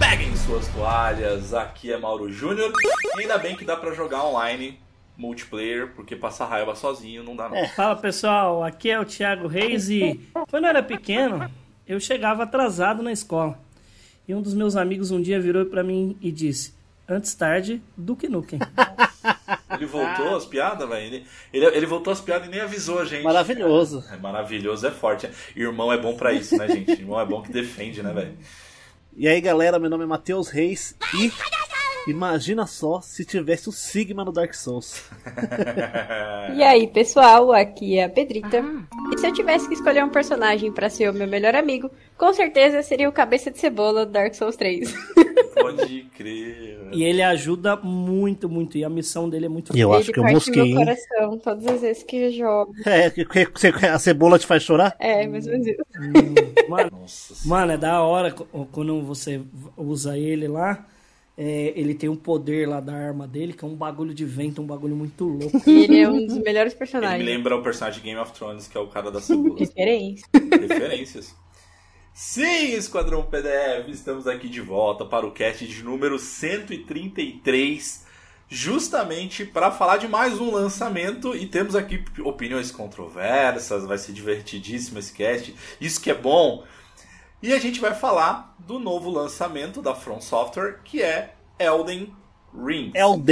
Peguem suas toalhas, aqui é Mauro Júnior. E ainda bem que dá pra jogar online, multiplayer, porque passar raiva sozinho não dá não. Fala pessoal, aqui é o Thiago Reis e quando eu era pequeno, eu chegava atrasado na escola. E um dos meus amigos um dia virou pra mim e disse: antes tarde do que nunca. Ele voltou as piadas, velho. Ele voltou as piadas e nem avisou a gente. Maravilhoso. É maravilhoso, é forte. Irmão é bom pra isso, né, gente? Irmão é bom que defende, né, velho? E aí, galera, meu nome é Matheus Reis e imagina só se tivesse o Sigma no Dark Souls. E aí, pessoal, aqui é a Pedrita. E se eu tivesse que escolher um personagem pra ser o meu melhor amigo, com certeza seria o Cabeça de Cebola do Dark Souls 3. Pode crer. E ele ajuda muito, muito. E a missão dele é muito Eu acho que eu mosquei, meu hein? coração todas as vezes que eu jogo. A cebola te faz chorar? É, mais ou menos isso. Mano, é da hora quando você usa ele lá. Ele tem um poder lá da arma dele, que é um bagulho de vento, um bagulho muito louco. E ele é um dos melhores personagens. Ele me lembra o personagem de Game of Thrones, que é o cara da cebola. Referências. Sim, Esquadrão PDF, estamos aqui de volta para o cast de número 133, justamente para falar de mais um lançamento, e temos aqui opiniões controversas, vai ser divertidíssimo esse cast, isso que é bom. E a gente vai falar do novo lançamento da From Software, que é Elden Ring.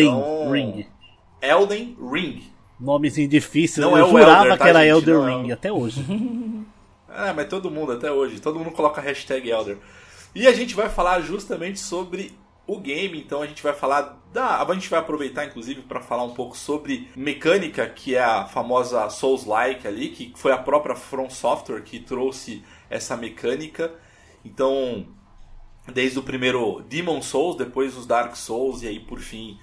Elden Ring. Nomezinho difícil, não eu é jurava Elder, que era gente, Elden Ring, até hoje. Mas todo mundo, até hoje, todo mundo coloca a hashtag Elder. E a gente vai falar justamente sobre o game, então a gente vai falar a gente vai aproveitar inclusive para falar um pouco sobre mecânica, que é a famosa Souls-like ali, que foi a própria From Software que trouxe essa mecânica. Então, desde o primeiro Demon Souls, depois os Dark Souls, e aí por fim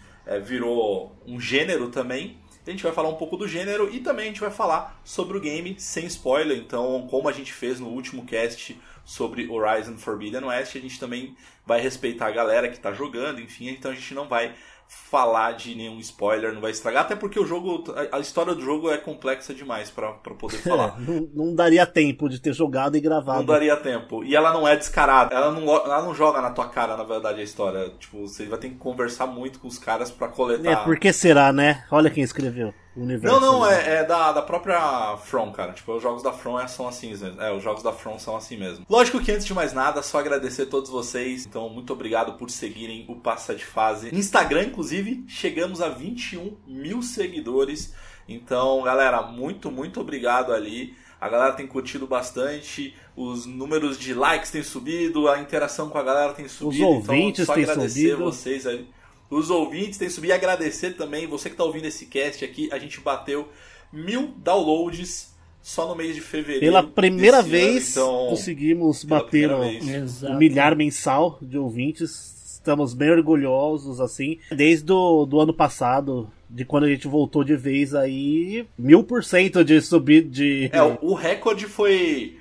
virou um gênero também. A gente vai falar um pouco do gênero e também a gente vai falar sobre o game sem spoiler. Então, como a gente fez no último cast sobre Horizon Forbidden West, a gente também vai respeitar a galera que está jogando, enfim, então a gente não vai falar de nenhum spoiler, não vai estragar, até porque o jogo, a história do jogo é complexa demais para poder falar. Não daria tempo de ter jogado e gravado. Não daria tempo. E ela não é descarada, ela não joga na tua cara, na verdade, a história. Tipo, você vai ter que conversar muito com os caras para coletar. Por que será, né? Olha quem escreveu. O universo. Não, é da própria From, cara. Tipo, os jogos da From são assim mesmo. Os jogos da From são assim mesmo. Lógico que antes de mais nada, só agradecer a todos vocês. Então, muito obrigado por seguirem o Passa de Fase. Instagram, inclusive, chegamos a 21 mil seguidores. Então, galera, muito, muito obrigado ali. A galera tem curtido bastante, os números de likes têm subido, a interação com a galera tem subido. Os ouvintes então, só têm agradecer subido. Vocês ali. Os ouvintes têm subido, e agradecer também, você que está ouvindo esse cast aqui, a gente bateu 1000 downloads só no mês de fevereiro. Pela primeira vez, então, conseguimos bater um milhar mensal de ouvintes. Estamos bem orgulhosos, assim. Desde do ano passado, de quando a gente voltou de vez aí, 1000% de subir de... o recorde foi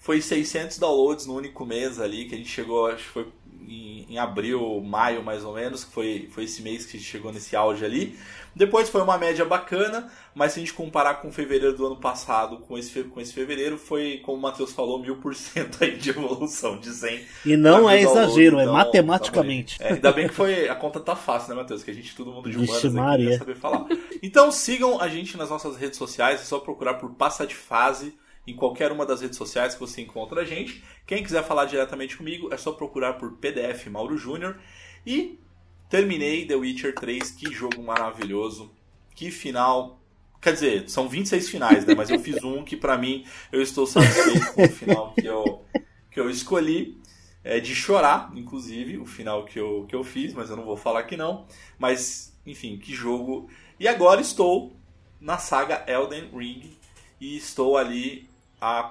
600 downloads no único mês ali, que a gente chegou, acho que foi em abril, maio mais ou menos, que foi esse mês que a gente chegou nesse auge ali. Depois foi uma média bacana, mas se a gente comparar com fevereiro do ano passado, com esse fevereiro, foi, como o Matheus falou, 1000% aí de evolução, de 100. E não é exagero, então, é matematicamente. Ainda bem que a conta tá fácil, né, Matheus? Que a gente, todo mundo de humanas aqui, Maria. saber falar. Então sigam a gente nas nossas redes sociais, é só procurar por Passa de Fase, em qualquer uma das redes sociais que você encontra a gente. Quem quiser falar diretamente comigo, é só procurar por PDF Mauro Júnior. E terminei The Witcher 3, que jogo maravilhoso, que final... Quer dizer, são 26 finais, né? Mas eu fiz um que pra mim, eu estou satisfeito com o final que eu escolhi. É de chorar, inclusive, o final que eu fiz, mas eu não vou falar aqui não. Mas, enfim, que jogo. E agora estou na saga Elden Ring e estou ali há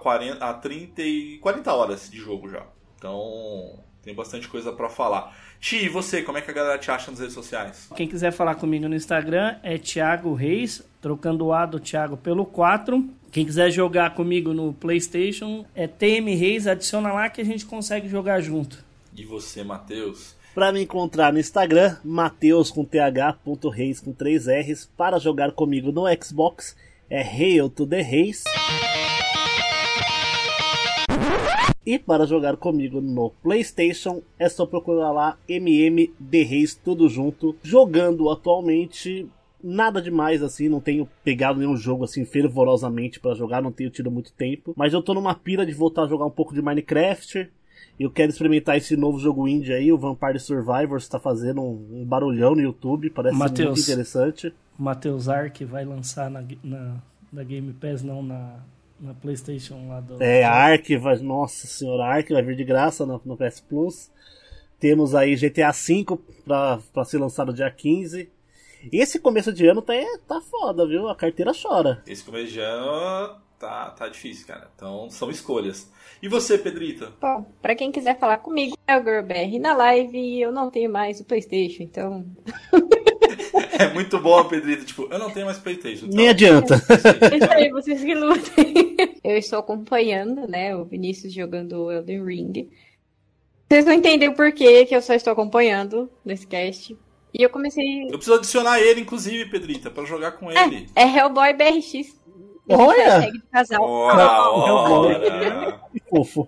40 horas de jogo já. Então, tem bastante coisa pra falar. Ti, e você, como é que a galera te acha nas redes sociais? Quem quiser falar comigo no Instagram é Thiago Reis, trocando o A do Thiago pelo 4. Quem quiser jogar comigo no PlayStation é TM Reis, adiciona lá que a gente consegue jogar junto. E você, Matheus? Para me encontrar no Instagram, Mateus com th.reis com 3 R's. Para jogar comigo no Xbox é Hail to the Reis. E para jogar comigo no PlayStation, é só procurar lá MM The Reis, tudo junto. Jogando atualmente, nada demais assim, não tenho pegado nenhum jogo assim fervorosamente para jogar, não tenho tido muito tempo. Mas eu tô numa pira de voltar a jogar um pouco de Minecraft. Eu quero experimentar esse novo jogo indie aí, o Vampire Survivors, tá fazendo um barulhão no YouTube, parece muito interessante. O Matheus Ark vai lançar na Game Pass, não na PlayStation lá do... a Ark vai... Nossa senhora, a Ark vai vir de graça no PS Plus. Temos aí GTA V pra ser lançado dia 15. E esse começo de ano tá foda, viu? A carteira chora. Esse começo de ano tá difícil, cara. Então são escolhas. E você, Pedrita? Bom, pra quem quiser falar comigo, é o GirlBR na live e eu não tenho mais o PlayStation, então... É muito bom, Pedrito. Tipo, eu não tenho mais PlayStation. Então... Nem adianta. Isso aí, vocês que lutem. Eu estou acompanhando, né, o Vinícius jogando o Elden Ring. Vocês não entendem o porquê que eu só estou acompanhando nesse cast. E eu comecei... Eu preciso adicionar ele, inclusive, Pedrita, pra jogar com ele. É Hellboy BRX. Olha! De casal. Ora. Que fofo.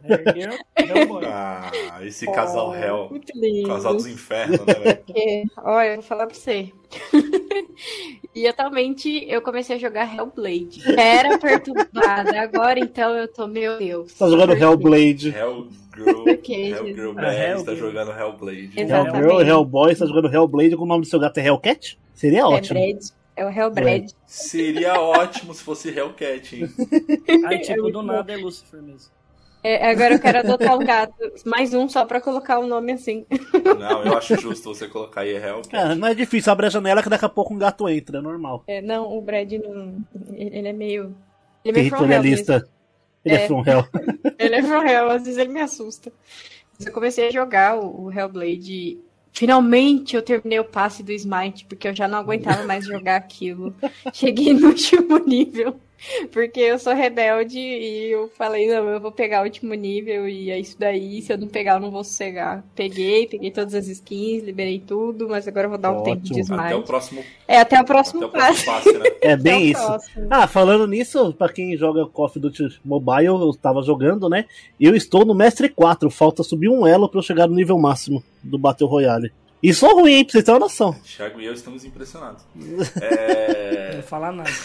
Esse casal Hell. Muito lindo. Casal dos infernos, né, velho? Olha, eu vou falar pra você. E atualmente eu comecei a jogar Hellblade. Era perturbada, agora então eu tô, meu Deus. Tá jogando Hellblade. Hellgirl BR tá jogando Hellblade. Hellgirl, Hellboy, tá jogando Hellblade com o nome do seu gato é Hellcat? Seria ótimo. É o Hellblade. Seria ótimo se fosse Hellcat, hein? Aí, tipo, do nada é Lucifer mesmo. Agora eu quero adotar um gato. Mais um só pra colocar o nome assim. Não, eu acho justo você colocar aí Hellcat. Não é difícil, abre a janela que daqui a pouco um gato entra, é normal. Não, o Brad não... Ele é meio... Ele é meio territorialista. Ele é from hell. Ele é from hell, às vezes ele me assusta. Mas eu comecei a jogar o Hellblade... Finalmente eu terminei o passe do Smite, porque eu já não aguentava mais jogar aquilo. Cheguei no último nível, porque eu sou rebelde e eu falei, não, eu vou pegar o último nível e é isso daí, se eu não pegar eu não vou sossegar. Peguei todas as skins, liberei tudo, mas agora eu vou dar um tempo de Smite. Até o próximo... até o próximo passe. Né? É bem isso. Próximo. Falando nisso, pra quem joga Call of Duty Mobile, eu tava jogando, né? Eu estou no Mestre 4, falta subir um elo pra eu chegar no nível máximo do Battle Royale. E sou ruim, hein? Pra vocês terem uma noção. Thiago e eu estamos impressionados. Não vou falar nada.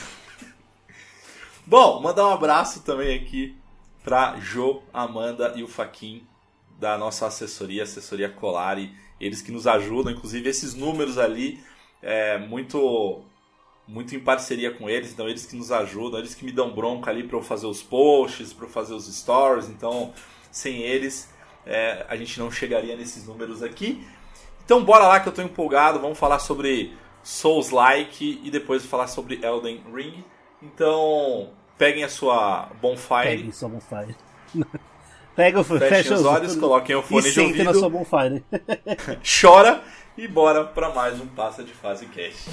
Bom, mandar um abraço também aqui pra Jo, Amanda e o Faquin da nossa assessoria Colari. Eles que nos ajudam, inclusive esses números ali, muito em parceria com eles. Então eles que nos ajudam, eles que me dão bronca ali pra eu fazer os posts, pra eu fazer os stories. Então, sem eles, a gente não chegaria nesses números aqui. Então bora lá que eu tô empolgado, vamos falar sobre Souls-like e depois falar sobre Elden Ring. Então, peguem a sua bonfire. Peguem sua bonfire. Fechem os olhos, coloquem o fone de ouvido. Na sua bonfire. Chora e bora pra mais um Passa de Fase Cast.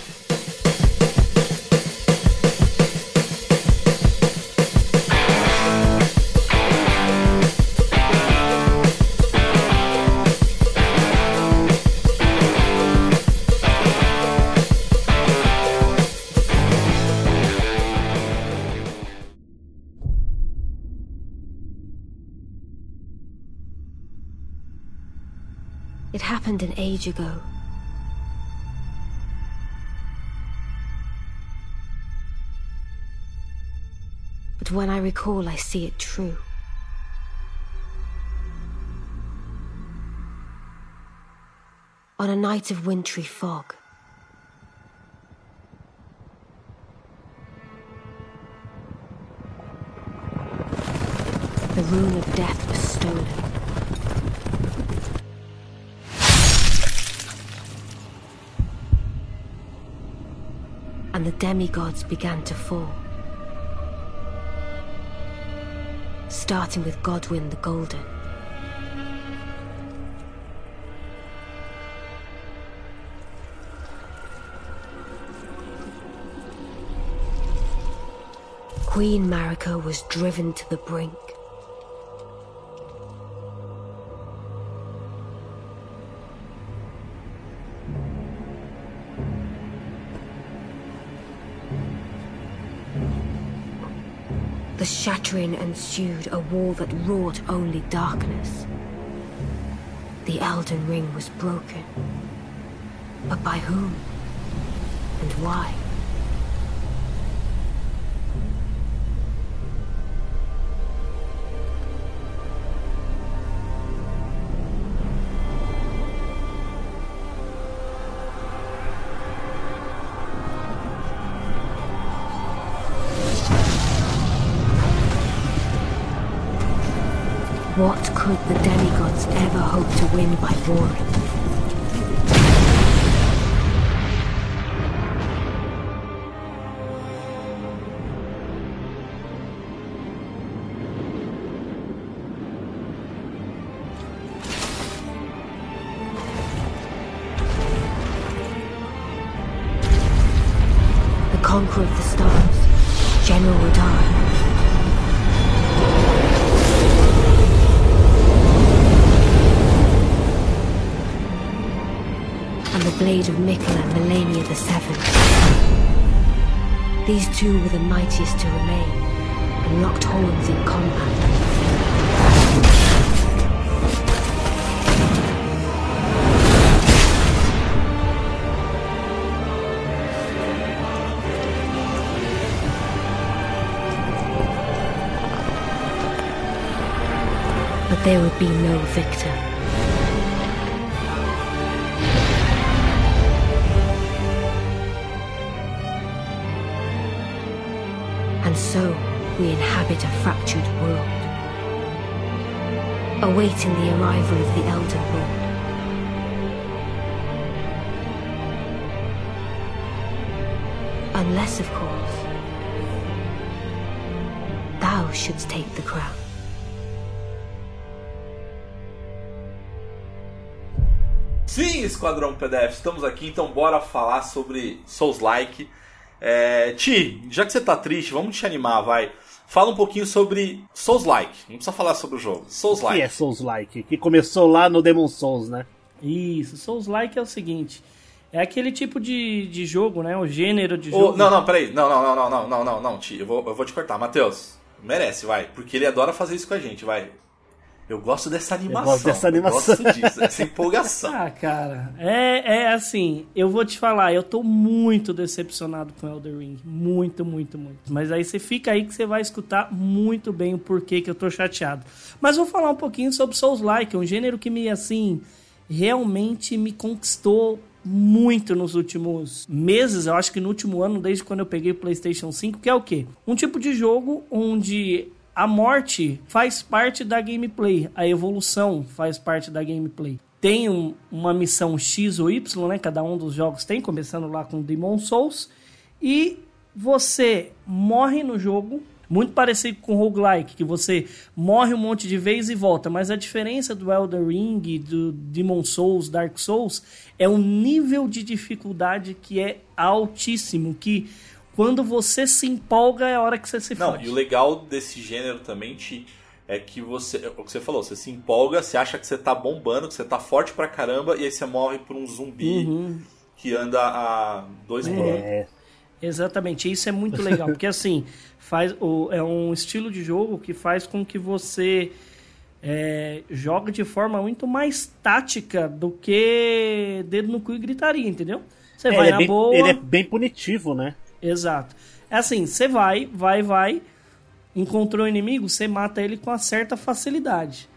It happened an age ago. But when I recall, I see it true. On a night of wintry fog, the rune of death was stolen. And the demigods began to fall. Starting with Godwyn the Golden. Queen Marika was driven to the brink. The The shattering ensued, a war that wrought only darkness. The Elden Ring was broken. But by whom? And why? What could the demigods ever hope to win by warring? The conqueror of the stars, General Radahn. The blade of Mikkel and Melania the Seventh. These two were the mightiest to remain, and locked horns in combat. But there would be no victor. And so, we inhabit a fractured world, awaiting the arrival of the Elden Lord. Unless, of course, thou shouldst take the crown. Sim, Esquadrão PDF, estamos aqui, então bora falar sobre Souls-like. Ti, já que você tá triste, vamos te animar, vai. Fala um pouquinho sobre Souls-like. Não precisa falar sobre o jogo. Souls-like. O que é Souls-like? Que começou lá no Demon Souls, né? Isso, Souls-like é o seguinte. É aquele tipo de jogo, né? O gênero de jogo. Peraí. Não, Ti. Eu vou te cortar. Matheus, merece, vai. Porque ele adora fazer isso com a gente, vai. Eu gosto dessa animação. Eu gosto disso, dessa empolgação. Ah, cara, é assim, eu vou te falar, eu tô muito decepcionado com Elden Ring. Muito. Mas aí você fica aí que você vai escutar muito bem o porquê que eu tô chateado. Mas vou falar um pouquinho sobre Souls-like, um gênero que me, assim, realmente me conquistou muito nos últimos meses, eu acho que no último ano, desde quando eu peguei o PlayStation 5, que é o quê? Um tipo de jogo onde a morte faz parte da gameplay, a evolução faz parte da gameplay. Tem uma missão X ou Y, né? Cada um dos jogos tem, começando lá com Demon Souls. E você morre no jogo, muito parecido com roguelike, que você morre um monte de vezes e volta. Mas a diferença do Elden Ring, do Demon Souls, Dark Souls, é um nível de dificuldade que é altíssimo, que quando você se empolga é a hora que você se fode. E o legal desse gênero também, é que você, o que você falou, você se empolga, você acha que você tá bombando, que você tá forte pra caramba, e aí você morre por um zumbi que anda a 2 por hora. Exatamente, isso é muito legal, porque assim, é um estilo de jogo que faz com que você joga de forma muito mais tática do que dedo no cu e gritaria, entendeu? Você vai na boa. Ele é bem punitivo, né? Exato. É assim, você vai, encontrou o inimigo, você mata ele com uma certa facilidade.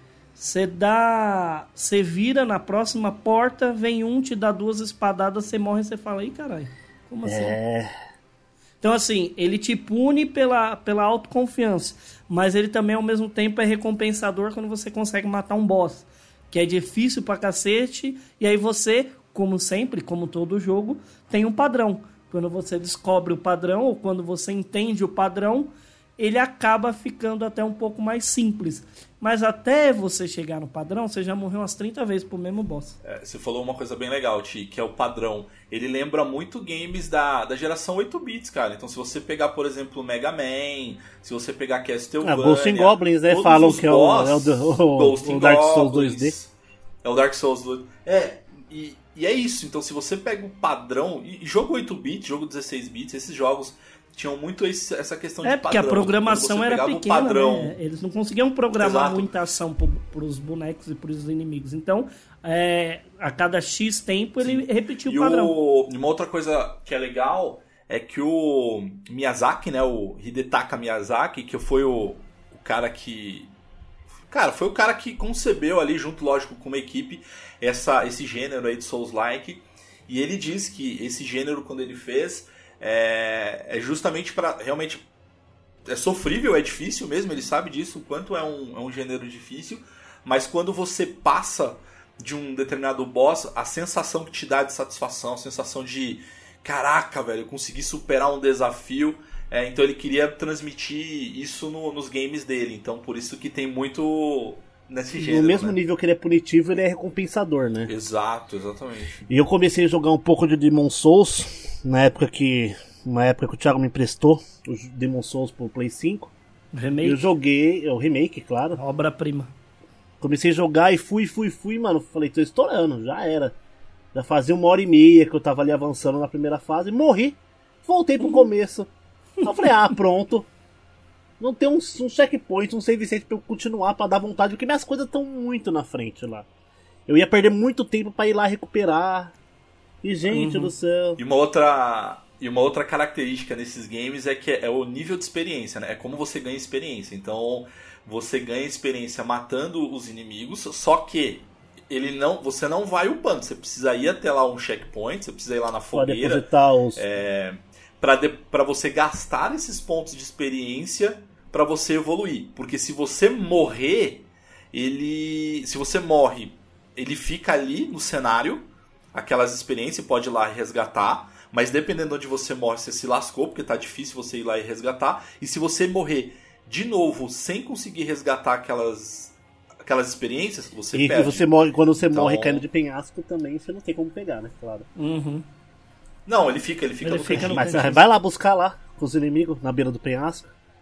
Você vira na próxima porta, vem um, te dá 2 espadadas, você morre e você fala, ih, caralho, como assim? Então, assim, ele te pune pela autoconfiança, mas ele também, ao mesmo tempo, é recompensador quando você consegue matar um boss, que é difícil pra cacete, e aí você, como sempre, como todo jogo, tem um padrão. Quando você descobre o padrão, ou quando você entende o padrão, ele acaba ficando até um pouco mais simples. Mas até você chegar no padrão, você já morreu umas 30 vezes pro mesmo boss. Você falou uma coisa bem legal, Ti, que é o padrão. Ele lembra muito games da geração 8 bits, cara. Então se você pegar, por exemplo, o Mega Man, se você pegar Castlevania... Ghost and Goblins, né? Falam que é o Dark Souls 2D. É o Dark Souls 2D. E é isso. Então se você pega o padrão... E jogo 8 bits, jogo 16 bits, esses jogos tinham muito essa questão de padrão. Porque a programação era pequena, padrão... né? Eles não conseguiam programar muita ação para os bonecos e para os inimigos. Então, a cada X tempo, ele repetia o padrão. E uma outra coisa que é legal é que o Miyazaki, né, o Hidetaka Miyazaki, que foi o cara que... Cara, foi o cara que concebeu ali, junto, lógico, com uma equipe, esse gênero aí de Souls-like. E ele diz que esse gênero, quando ele fez, é justamente para realmente... É sofrível, é difícil mesmo, ele sabe disso, o quanto é um gênero difícil. Mas quando você passa de um determinado boss, a sensação que te dá de satisfação, a sensação de... Caraca, velho, eu consegui superar um desafio... então ele queria transmitir isso nos games dele. Então por isso que tem muito nesse gênero. No mesmo nível que ele é punitivo, ele é recompensador, né? Exato, exatamente. E eu comecei a jogar um pouco de Demon's Souls, uma época que o Thiago me emprestou o Demon's Souls pro Play 5. Remake. Eu joguei, o remake, claro. Obra-prima. Comecei a jogar e fui, mano. Falei, tô estourando, já era. Já fazia 1h30 que eu tava ali avançando na primeira fase, morri. Voltei pro começo. Eu falei, pronto. Não tem um checkpoint, um save state pra eu continuar, pra dar vontade, porque minhas coisas estão muito na frente lá. Eu ia perder muito tempo pra ir lá recuperar. E, gente do céu. E uma outra característica nesses games é que é o nível de experiência, né? É como você ganha experiência. Então, você ganha experiência matando os inimigos, só que você não vai upando. Você precisa ir até lá um checkpoint, você precisa ir lá na fogueira. Pra depositar os... Para você gastar esses pontos de experiência para você evoluir. Porque se você morrer, se você morre, ele fica ali no cenário, aquelas experiências, pode ir lá e resgatar, mas dependendo de onde você morre, você se lascou, porque tá difícil você ir lá e resgatar. E se você morrer de novo sem conseguir resgatar aquelas experiências, você perde. E quando você morre caindo de penhasco também, você não tem como pegar, né? Claro. Não, ele fica no cantinho. Mas vai lá buscar lá com os inimigos na beira do penhasco.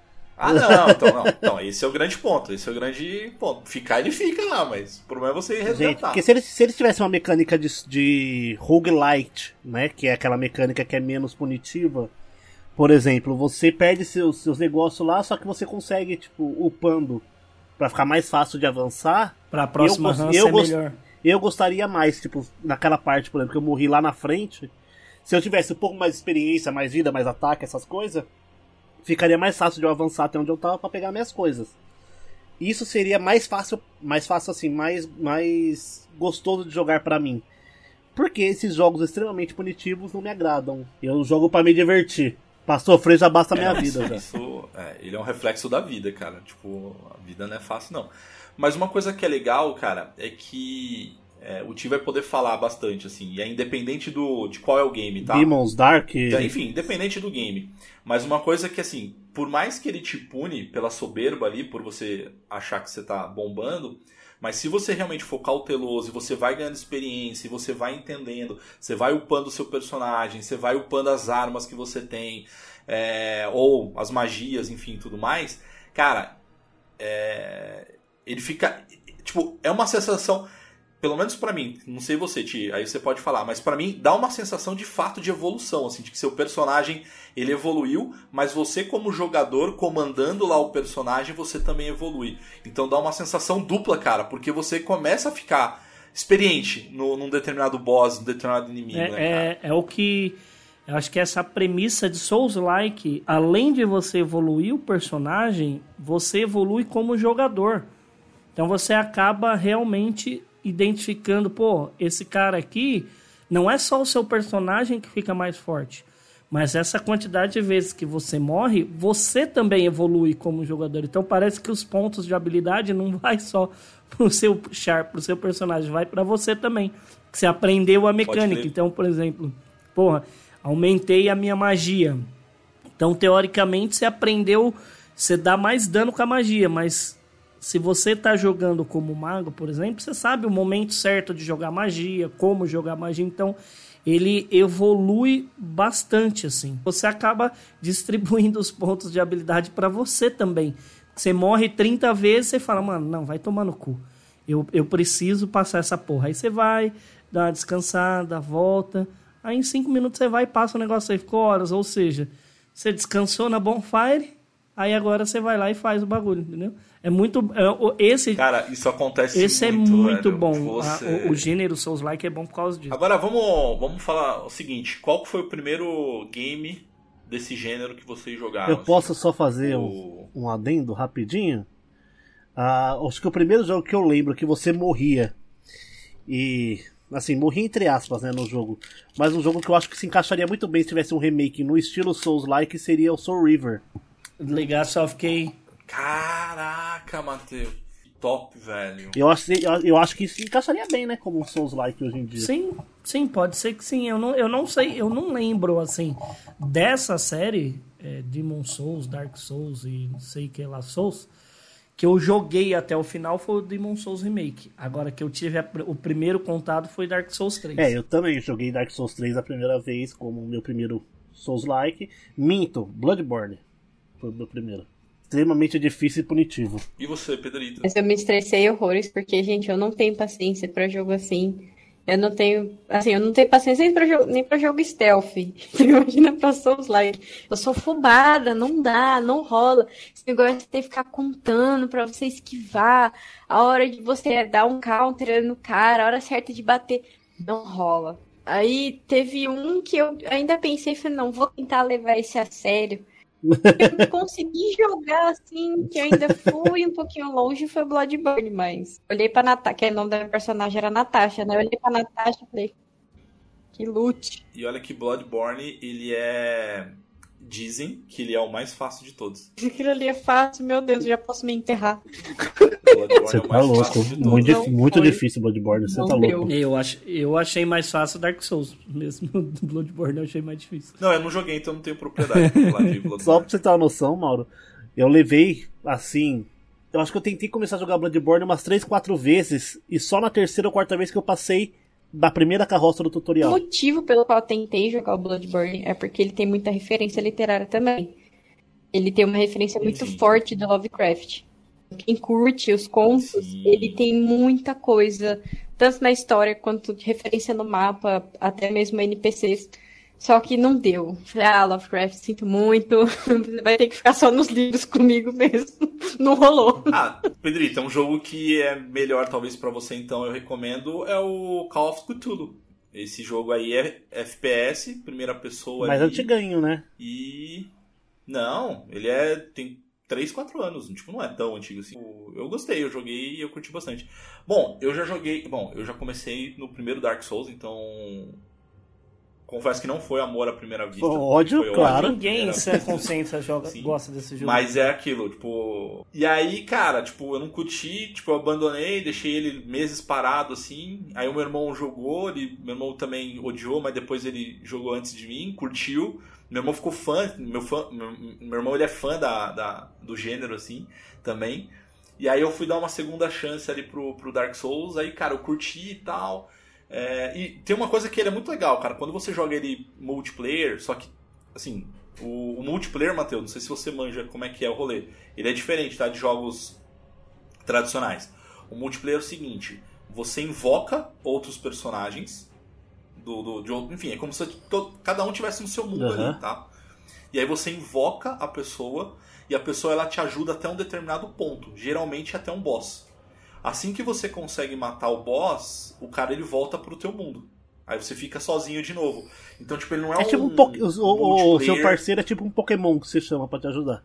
Não, esse é o grande ponto. Ficar, ele fica lá, mas o problema é você resgatar. Gente, porque se eles tivessem uma mecânica de roguelite, né, que é aquela mecânica que é menos punitiva, por exemplo, você perde seus negócios lá, só que você consegue, tipo, upando pra ficar mais fácil de avançar. Pra próxima run ser melhor. Eu gostaria mais, tipo, naquela parte, por exemplo, que eu morri lá na frente... Se eu tivesse um pouco mais de experiência, mais vida, mais ataque, essas coisas, ficaria mais fácil de eu avançar até onde eu tava pra pegar minhas coisas. Isso seria mais fácil assim, mais gostoso de jogar pra mim. Porque esses jogos extremamente punitivos não me agradam. Eu jogo pra me divertir. Pra sofrer já basta a minha vida. Ele é um reflexo da vida, cara. Tipo, a vida não é fácil, não. Mas uma coisa que é legal, cara, é que... o Ti vai poder falar bastante, assim, e é independente de qual é o game, tá? Demon's Dark... Enfim, independente do game. Mas uma coisa que, assim, por mais que ele te pune pela soberba ali, por você achar que você tá bombando, mas se você realmente for cauteloso, e você vai ganhando experiência, e você vai entendendo, você vai upando o seu personagem, você vai upando as armas que você tem, ou as magias, enfim, tudo mais, cara, ele fica... Tipo, é uma sensação... Pelo menos pra mim, não sei você, Ti, aí você pode falar, mas pra mim dá uma sensação de fato de evolução, assim, de que seu personagem ele evoluiu, mas você como jogador, comandando lá o personagem, você também evolui. Então dá uma sensação dupla, cara, porque você começa a ficar experiente num determinado boss, num determinado inimigo, né, cara? É o que... Eu acho que essa premissa de Souls-like, além de você evoluir o personagem, você evolui como jogador. Então você acaba realmente... identificando, esse cara aqui não é só o seu personagem que fica mais forte, mas essa quantidade de vezes que você morre, você também evolui como jogador. Então parece que os pontos de habilidade não vai só pro seu personagem, vai para você também, que você aprendeu a mecânica. Então, por exemplo, aumentei a minha magia. Então, teoricamente, você aprendeu, você dá mais dano com a magia, mas se você está jogando como mago, por exemplo, você sabe o momento certo de jogar magia, como jogar magia, então ele evolui bastante, assim. Você acaba distribuindo os pontos de habilidade para você também. Você morre 30 vezes, você fala, mano, não, vai tomar no cu. Eu preciso passar essa porra. Aí você vai, dá uma descansada, volta, aí em 5 minutos você vai e passa o negócio aí, ficou horas, ou seja... você descansou na bonfire, aí agora você vai lá e faz o bagulho, entendeu? É muito... Cara, isso acontece esse muito, é muito velho. bom. O gênero Souls-like é bom por causa disso. Agora vamos falar o seguinte. Qual que foi o primeiro game desse gênero que vocês jogaram? Eu posso só fazer um adendo rapidinho? Acho que o primeiro jogo que eu lembro que você morria. E... assim, morria entre aspas, né, no jogo. Mas um jogo que eu acho que se encaixaria muito bem se tivesse um remake no estilo Souls-like seria o Soul River. Legacy of Kain. Caraca, Matheus. Top, velho. Eu acho que isso encaixaria bem, né? Como um Souls-like hoje em dia. Sim, pode ser que sim. Eu não sei, eu não lembro, assim, dessa série, Demon Souls, Dark Souls e não sei o que lá, Souls, que eu joguei até o final foi o Demon Souls Remake. Agora que eu tive o primeiro contato foi Dark Souls 3. Eu também joguei Dark Souls 3 a primeira vez como o meu primeiro Souls-like. Minto, Bloodborne foi o meu primeiro. Extremamente difícil e punitivo. E você, Pedrito? Mas eu me estressei horrores, porque, gente, eu não tenho paciência pra jogo assim. Eu não tenho paciência nem pra jogo stealth. Imagina pra Souls-like. Eu sou fubada, não dá, não rola. Esse negócio de ter que ficar contando pra você esquivar, a hora de você dar um counter no cara, a hora certa de bater, não rola. Aí teve um que eu ainda pensei, falei, não, vou tentar levar esse a sério. Eu consegui jogar assim, que eu ainda fui um pouquinho longe, foi Bloodborne, mas olhei pra Natasha, que o nome da minha personagem era Natasha, né? Eu olhei pra Natasha e falei, que lute. E olha que Bloodborne, ele é... dizem que ele é o mais fácil de todos. Aquilo ali é fácil, meu Deus, eu já posso me enterrar. Você tá louco, muito difícil Bloodborne, você tá louco. Eu achei mais fácil Dark Souls, mesmo do Bloodborne eu achei mais difícil. Não, eu não joguei, então não tenho propriedade pra falar de Bloodborne. Só pra você ter uma noção, Mauro, eu levei, assim... Eu acho que eu tentei começar a jogar Bloodborne umas 3, 4 vezes, e só na terceira ou quarta vez que eu passei da primeira carroça do tutorial. O motivo pelo qual eu tentei jogar o Bloodborne é porque ele tem muita referência literária também. Ele tem uma referência muito forte do Lovecraft. Quem curte os contos, ele tem muita coisa, tanto na história quanto de referência no mapa, até mesmo NPCs. Só que não deu. Falei, Lovecraft, sinto muito. Você vai ter que ficar só nos livros comigo mesmo. Não rolou. Pedrito, um jogo que é melhor talvez pra você, então eu recomendo, é o Call of Cthulhu. Esse jogo aí é FPS, primeira pessoa. Mas antiganho, né? E... não, ele tem 3, 4 anos, tipo, não é tão antigo assim. Eu gostei, eu joguei e eu curti bastante. Bom, eu já comecei no primeiro Dark Souls, então... confesso que não foi amor à primeira vista. Ódio, claro. Ninguém sem consciência gosta desse jogo. Mas é aquilo, tipo... e aí, cara, tipo, eu não curti, tipo, eu abandonei, deixei ele meses parado, assim. Aí o meu irmão jogou, meu irmão também odiou, mas depois ele jogou antes de mim, curtiu. Meu irmão ficou fã, meu irmão ele é fã do gênero, assim, também. E aí eu fui dar uma segunda chance ali pro Dark Souls, aí, cara, eu curti e tal... e tem uma coisa que ele é muito legal, cara. Quando você joga ele multiplayer, só que, assim, o multiplayer, Matheus, não sei se você manja como é que é o rolê. Ele é diferente, tá? De jogos tradicionais. O multiplayer é o seguinte: você invoca outros personagens enfim, é como se cada um tivesse no seu mundo ali, tá? E aí você invoca a pessoa e a pessoa ela te ajuda até um determinado ponto, geralmente até um boss. Assim que você consegue matar o boss, o cara ele volta pro teu mundo. Aí você fica sozinho de novo. Então, tipo, ele não é tipo o seu parceiro é tipo um Pokémon que você chama pra te ajudar.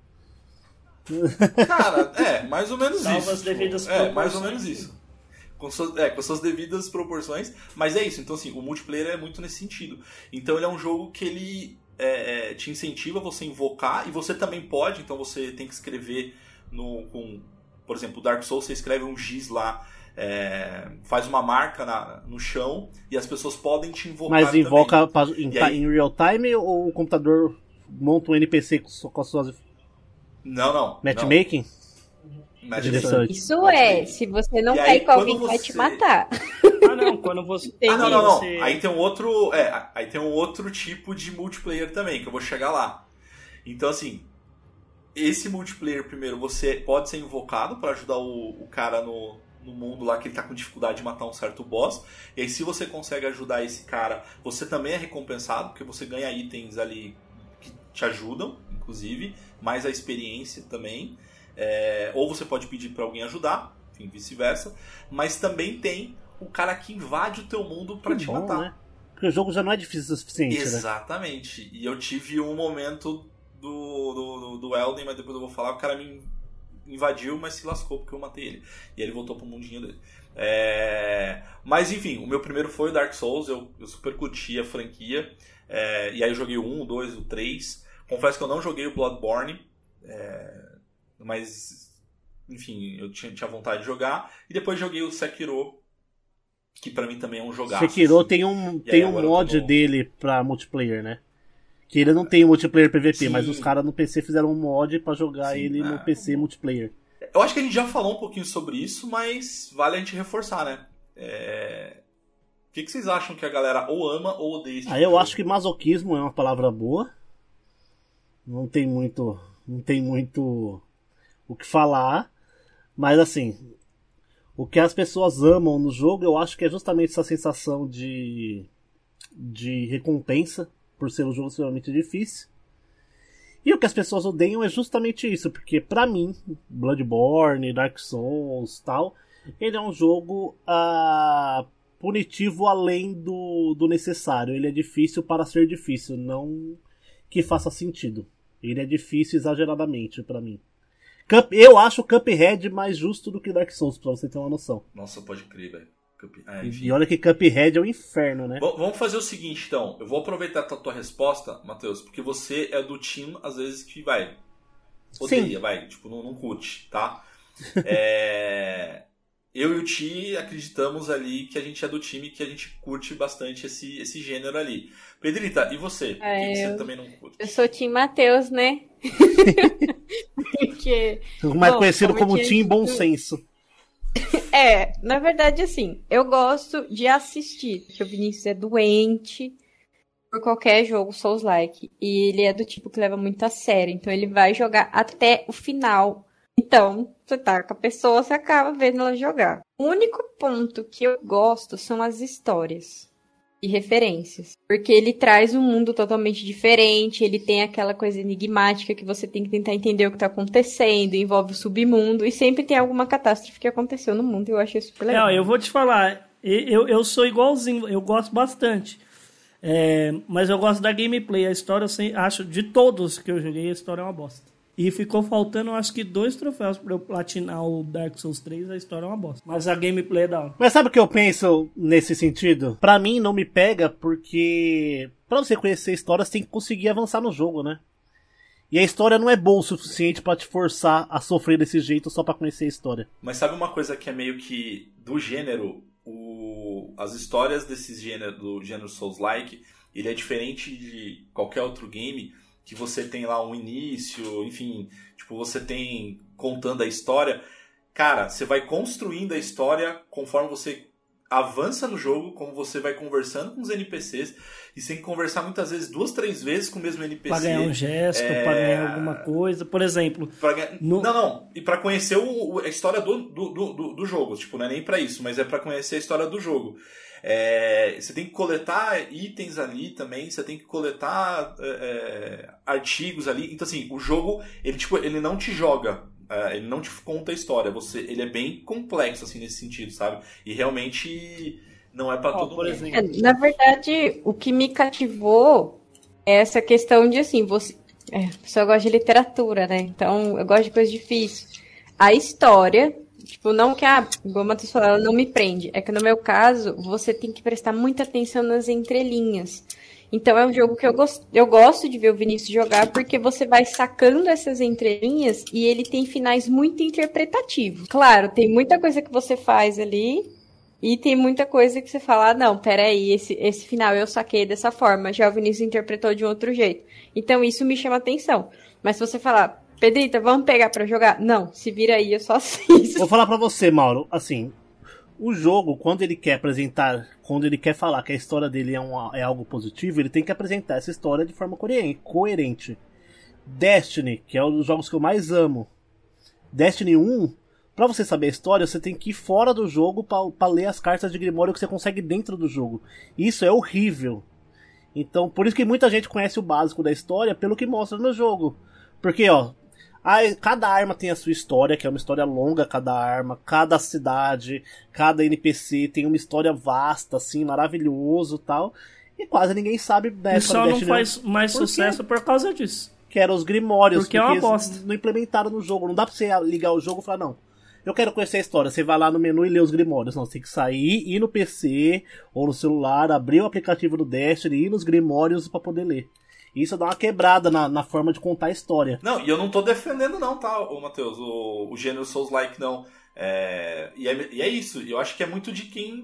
Cara, mais ou menos isso. As devidas proporções. Mais ou menos isso. Com suas devidas proporções. Mas é isso. Então, assim, o multiplayer é muito nesse sentido. Então, ele é um jogo que ele te incentiva a você invocar. E você também pode. Então, você tem que escrever por exemplo, o Dark Souls, você escreve um giz lá, faz uma marca no chão e as pessoas podem te invocar. Mas invoca em real time ou o computador monta um NPC com as suas... Não. Matchmaking? Isso se você não quer ir com alguém que vai te matar. Não, quando você... não. Aí tem um outro tipo de multiplayer também, que eu vou chegar lá. Então, assim... esse multiplayer, primeiro, você pode ser invocado para ajudar o cara no mundo lá que ele tá com dificuldade de matar um certo boss. E aí, se você consegue ajudar esse cara, você também é recompensado, porque você ganha itens ali que te ajudam, inclusive, mais a experiência também. Ou você pode pedir para alguém ajudar, enfim, vice-versa. Mas também tem o cara que invade o teu mundo para te matar. Né? Porque o jogo já não é difícil o suficiente. Exatamente. Né? E eu tive um momento do Elden, mas depois eu vou falar, o cara me invadiu, mas se lascou porque eu matei ele. E ele voltou pro mundinho dele. Mas enfim, o meu primeiro foi o Dark Souls, eu super curti a franquia. E aí eu joguei o 1, o 2, o 3. Confesso que eu não joguei o Bloodborne, mas enfim, eu tinha vontade de jogar. E depois joguei o Sekiro, que pra mim também é um jogaço. Sekiro assim. tem um mod dele pra multiplayer, né? Que ele não tem multiplayer PVP, sim, mas os caras no PC fizeram um mod pra jogar ele no PC multiplayer. Eu acho que a gente já falou um pouquinho sobre isso, mas vale a gente reforçar, né? O que vocês acham que a galera ou ama ou odeia esse tipo eu acho que masoquismo é uma palavra boa. Não tem muito o que falar. Mas assim, o que as pessoas amam no jogo, eu acho que é justamente essa sensação de recompensa por ser um jogo extremamente difícil. E o que as pessoas odeiam é justamente isso, porque pra mim, Bloodborne, Dark Souls tal, ele é um jogo punitivo além do necessário. Ele é difícil para ser difícil, não que faça sentido. Ele é difícil exageradamente pra mim. Eu acho o Cuphead mais justo do que Dark Souls, pra você ter uma noção. Nossa, pode crer, velho. E olha que Cuphead é um inferno, né? Vamos fazer o seguinte, então. Eu vou aproveitar a tua resposta, Matheus, porque você é do time, às vezes, que odeia, tipo, não curte, tá? Eu e o Ti acreditamos ali que a gente é do time, que a gente curte bastante esse gênero ali. Pedrita, e você? Por que você também não curte? Eu sou Tim Matheus, né? Porque, mais conhecido como Tim Bom Senso. Na verdade, assim, eu gosto de assistir, porque o Vinícius é doente por qualquer jogo Souls-like, e ele é do tipo que leva muito a sério, então ele vai jogar até o final. Então, você tá com a pessoa, você acaba vendo ela jogar. O único ponto que eu gosto são as histórias e referências, porque ele traz um mundo totalmente diferente, ele tem aquela coisa enigmática que você tem que tentar entender o que tá acontecendo, envolve o submundo, e sempre tem alguma catástrofe que aconteceu no mundo, eu achei super legal. Eu vou te falar, eu sou igualzinho, eu gosto bastante, mas eu gosto da gameplay, a história eu acho, de todos que eu joguei, a história é uma bosta. E ficou faltando, acho que 2 troféus pra eu platinar o Dark Souls 3, a história é uma bosta. Mas a gameplay é da hora. Mas sabe o que eu penso nesse sentido? Pra mim não me pega porque pra você conhecer a história você tem que conseguir avançar no jogo, né? E a história não é boa o suficiente pra te forçar a sofrer desse jeito só pra conhecer a história. Mas sabe uma coisa que é meio que do gênero, as histórias do gênero Souls-like, ele é diferente de qualquer outro game, que você tem lá um início, enfim, tipo, você tem contando a história. Cara, você vai construindo a história conforme você avança no jogo, como você vai conversando com os NPCs, e você tem que conversar muitas vezes 2, 3 vezes com o mesmo NPC. Pra ganhar um gesto, pra ganhar alguma coisa, por exemplo. Não, e pra conhecer a história do jogo, tipo, não é nem pra isso, mas é pra conhecer a história do jogo. Você tem que coletar itens ali também, você tem que coletar artigos ali. Então assim, o jogo ele não te joga, ele não te conta a história, ele é bem complexo assim nesse sentido, sabe? E realmente não é pra todo mundo. Na verdade, o que me cativou é essa questão de assim, a pessoa gosta de literatura, né? Então eu gosto de coisa difícil. A história, tipo, não que igual a Matheus falou, ela não me prende. É que no meu caso, você tem que prestar muita atenção nas entrelinhas. Então é um jogo que eu gosto de ver o Vinícius jogar, porque você vai sacando essas entrelinhas e ele tem finais muito interpretativos. Claro, tem muita coisa que você faz ali e tem muita coisa que você fala, não, peraí, esse final eu saquei dessa forma, já o Vinícius interpretou de um outro jeito. Então isso me chama atenção. Mas se você falar, Pedrita, vamos pegar pra jogar? Não, se vira aí, eu só assisto. Vou falar pra você, Mauro, assim, o jogo, quando ele quer falar que a história dele é algo positivo, ele tem que apresentar essa história de forma coerente. Destiny, que é um dos jogos que eu mais amo, Destiny 1, pra você saber a história, você tem que ir fora do jogo pra ler as cartas de Grimório que você consegue dentro do jogo. Isso é horrível. Então, por isso que muita gente conhece o básico da história pelo que mostra no jogo. Porque, ó, cada arma tem a sua história, que é uma história longa, cada arma, cada cidade, cada NPC tem uma história vasta, assim, maravilhoso e tal. E quase ninguém sabe dessa. E só não faz mais sucesso por causa disso. Que eram os Grimórios, porque é uma bosta. Não implementaram no jogo. Não dá pra você ligar o jogo e falar, não, eu quero conhecer a história. Você vai lá no menu e lê os Grimórios. Não, você tem que sair, ir no PC ou no celular, abrir o aplicativo do Destiny, ir nos Grimórios pra poder ler. Isso dá uma quebrada na forma de contar a história. Não, e eu não tô defendendo não, tá, Matheus? O gênero Souls-like não. E é isso. Eu acho que é muito de quem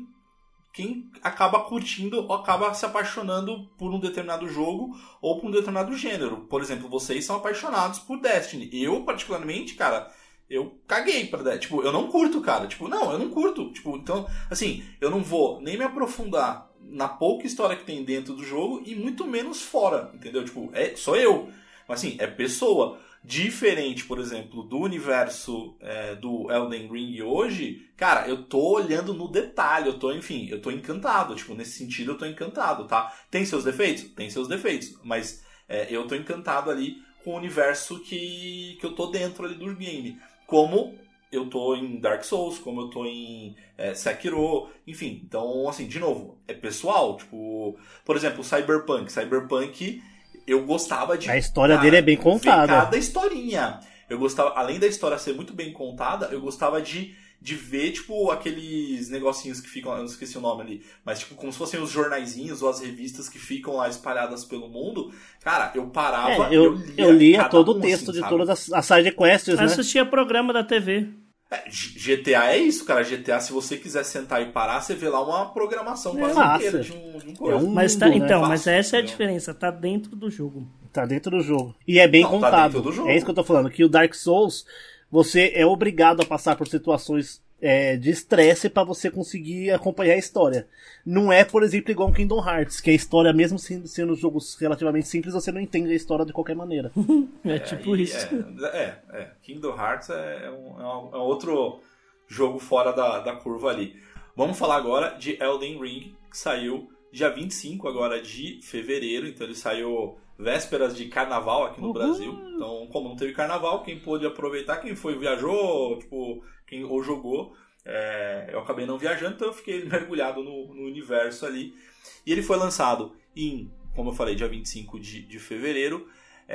acaba curtindo ou acaba se apaixonando por um determinado jogo ou por um determinado gênero. Por exemplo, vocês são apaixonados por Destiny. Eu, particularmente, cara, eu caguei pra Destiny. Tipo, eu não curto, cara. Tipo, não, eu não curto. Tipo, então, assim, eu não vou nem me aprofundar na pouca história que tem dentro do jogo e muito menos fora, entendeu? Tipo, sou eu. Mas, assim, é pessoa. Diferente, por exemplo, do universo do Elden Ring hoje, cara, eu tô olhando no detalhe, eu tô encantado, tipo, nesse sentido eu tô encantado, tá? Tem seus defeitos? Tem seus defeitos, mas eu tô encantado ali com o universo que eu tô dentro ali do game, como eu tô em Dark Souls, como eu tô em Sekiro, enfim, então, assim, de novo, é pessoal, tipo, por exemplo, Cyberpunk, eu gostava de... A história dele é bem contada. Cada historinha. Eu gostava, além da história ser muito bem contada, eu gostava de ver, tipo, aqueles negocinhos que ficam... Eu não esqueci o nome ali. Mas, tipo, como se fossem os jornaizinhos ou as revistas que ficam lá espalhadas pelo mundo. Cara, eu parava... Eu lia todo o texto de todas as side quests, né? Eu assistia programa da TV. GTA é isso, cara. GTA, se você quiser sentar e parar, você vê lá uma programação quase inteira de um coisa. Mas mas essa é a diferença. Tá dentro do jogo. Tá dentro do jogo. E é bem contado. Tá dentro do jogo. É isso que eu tô falando. Que o Dark Souls, você é obrigado a passar por situações de estresse pra você conseguir acompanhar a história. Não é, por exemplo, igual um Kingdom Hearts, que a história, mesmo sendo jogos relativamente simples, você não entende a história de qualquer maneira. Tipo isso. Kingdom Hearts é um outro jogo fora da curva ali. Vamos falar agora de Elden Ring, que saiu dia 25 agora de fevereiro, então ele saiu vésperas de carnaval aqui no Brasil. Então, como não teve carnaval, quem pôde aproveitar, quem foi viajou, tipo, quem ou jogou, eu acabei não viajando, então eu fiquei mergulhado no universo ali. E ele foi lançado em, como eu falei, dia 25 de fevereiro.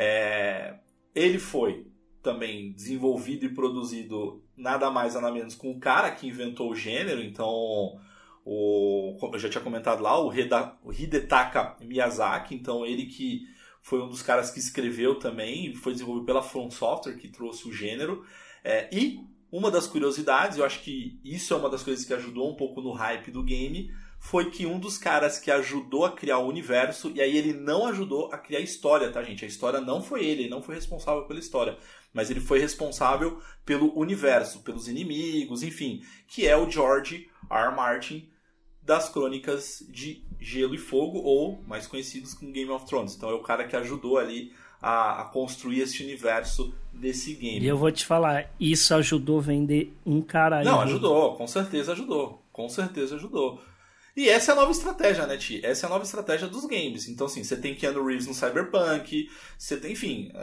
Ele foi também desenvolvido e produzido nada mais nada menos com o cara que inventou o gênero. Então, como eu já tinha comentado lá, o Hidetaka Miyazaki. Então, ele que foi um dos caras que escreveu também, foi desenvolvido pela From Software, que trouxe o gênero. E uma das curiosidades, eu acho que isso é uma das coisas que ajudou um pouco no hype do game, foi que um dos caras que ajudou a criar o universo, e aí ele não ajudou a criar a história, tá, gente? A história não foi ele não foi responsável pela história, mas ele foi responsável pelo universo, pelos inimigos, enfim, que é o George R. R. Martin, das Crônicas de Gelo e Fogo, ou mais conhecidos como Game of Thrones. Então é o cara que ajudou ali a construir esse universo desse game. E eu vou te falar, isso ajudou a vender um caralho. Não, ajudou, com certeza ajudou. Com certeza ajudou. E essa é a nova estratégia, né, Ti? Essa é a nova estratégia dos games. Então, assim, você tem Keanu Reeves no Cyberpunk, você tem, enfim...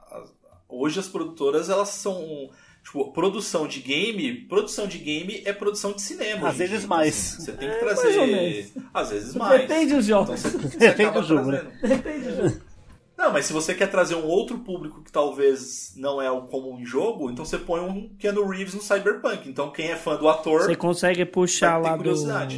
hoje as produtoras, elas são... Tipo, produção de game é produção de cinema. Às vezes mais. Assim, você tem que trazer... Às vezes mais. Depende dos jogos. Então, Depende do jogo, né? Depende do jogo. Não, mas se você quer trazer um outro público que talvez não é o comum em jogo, então você põe um Keanu Reeves no Cyberpunk. Então quem é fã do ator... Você consegue puxar lá do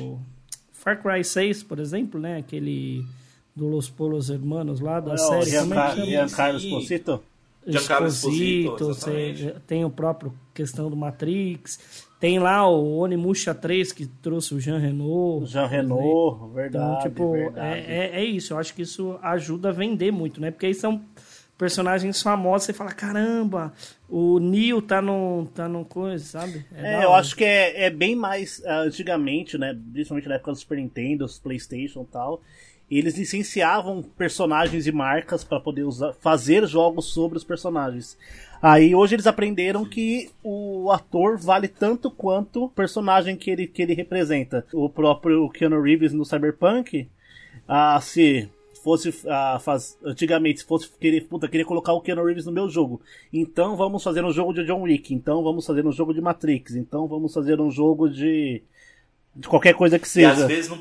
Far Cry 6, por exemplo, né? Aquele do Los Polos Hermanos lá da série. Giancarlo Esposito? Giancarlo Esposito, você tem o próprio questão do Matrix, tem lá o Onimusha 3 que trouxe o Jean Reno. Verdade. Então, tipo, verdade. É isso, eu acho que isso ajuda a vender muito, né? Porque aí são personagens famosos, você fala, caramba, o Neo tá no coisa, sabe? Eu acho que é bem mais antigamente, né? Principalmente na época do Super Nintendo, os PlayStation e tal. Eles licenciavam personagens e marcas para poder fazer jogos sobre os personagens. Aí hoje eles aprenderam que o ator vale tanto quanto o personagem que ele representa. O próprio Keanu Reeves no Cyberpunk, se fosse antigamente, se fosse queria colocar o Keanu Reeves no meu jogo, então vamos fazer um jogo de John Wick, então vamos fazer um jogo de Matrix, então vamos fazer um jogo de qualquer coisa que seja. E às vezes não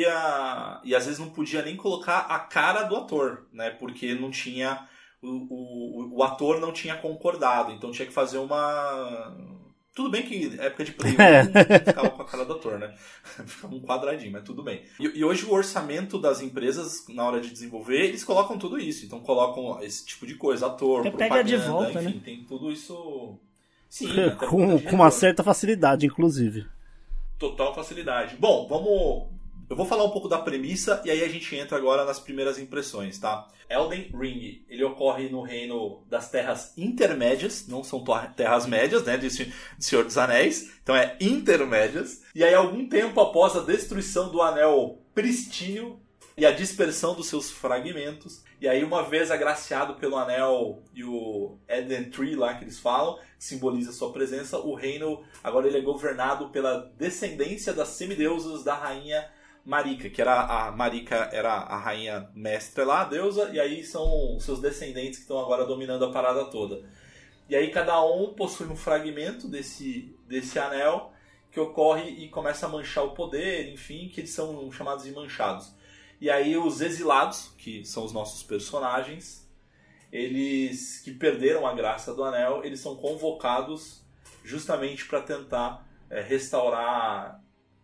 podia nem colocar a cara do ator, né? Porque não tinha o ator não tinha concordado, então tinha que fazer uma... Tudo bem que época de Play não ficava com a cara do ator, né? Ficava um quadradinho, mas tudo bem. E hoje o orçamento das empresas, na hora de desenvolver, eles colocam tudo isso. Então colocam esse tipo de coisa, ator, propaganda, pega de volta, enfim, né? Tem tudo isso... Sim, com uma certa facilidade, inclusive. Total facilidade. Bom, eu vou falar um pouco da premissa e aí a gente entra agora nas primeiras impressões, tá? Elden Ring, ele ocorre no reino das Terras Intermédias, não são Terras Médias, né, de Senhor dos Anéis, então é Intermédias. E aí, algum tempo após a destruição do Anel Pristínico e a dispersão dos seus fragmentos, e aí uma vez agraciado pelo Anel e o Eden Tree lá que eles falam, que simboliza sua presença, o reino agora ele é governado pela descendência das semideusas da rainha Marika, que Marika era a rainha mestra lá, a deusa, e aí são seus descendentes que estão agora dominando a parada toda. E aí cada um possui um fragmento desse anel que ocorre e começa a manchar o poder, enfim, que eles são chamados de manchados. E aí os exilados, que são os nossos personagens, eles que perderam a graça do anel, eles são convocados justamente para tentar restaurar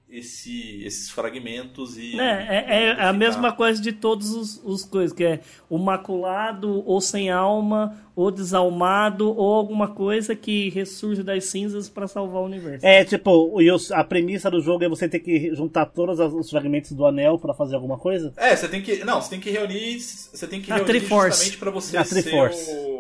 esses fragmentos e... É a mesma coisa de todos os coisas, que é o maculado, ou sem alma, ou desalmado, ou alguma coisa que ressurge das cinzas para salvar o universo. A premissa do jogo é você ter que juntar todos os fragmentos do anel para fazer alguma coisa? Você tem que reunir justamente para você ser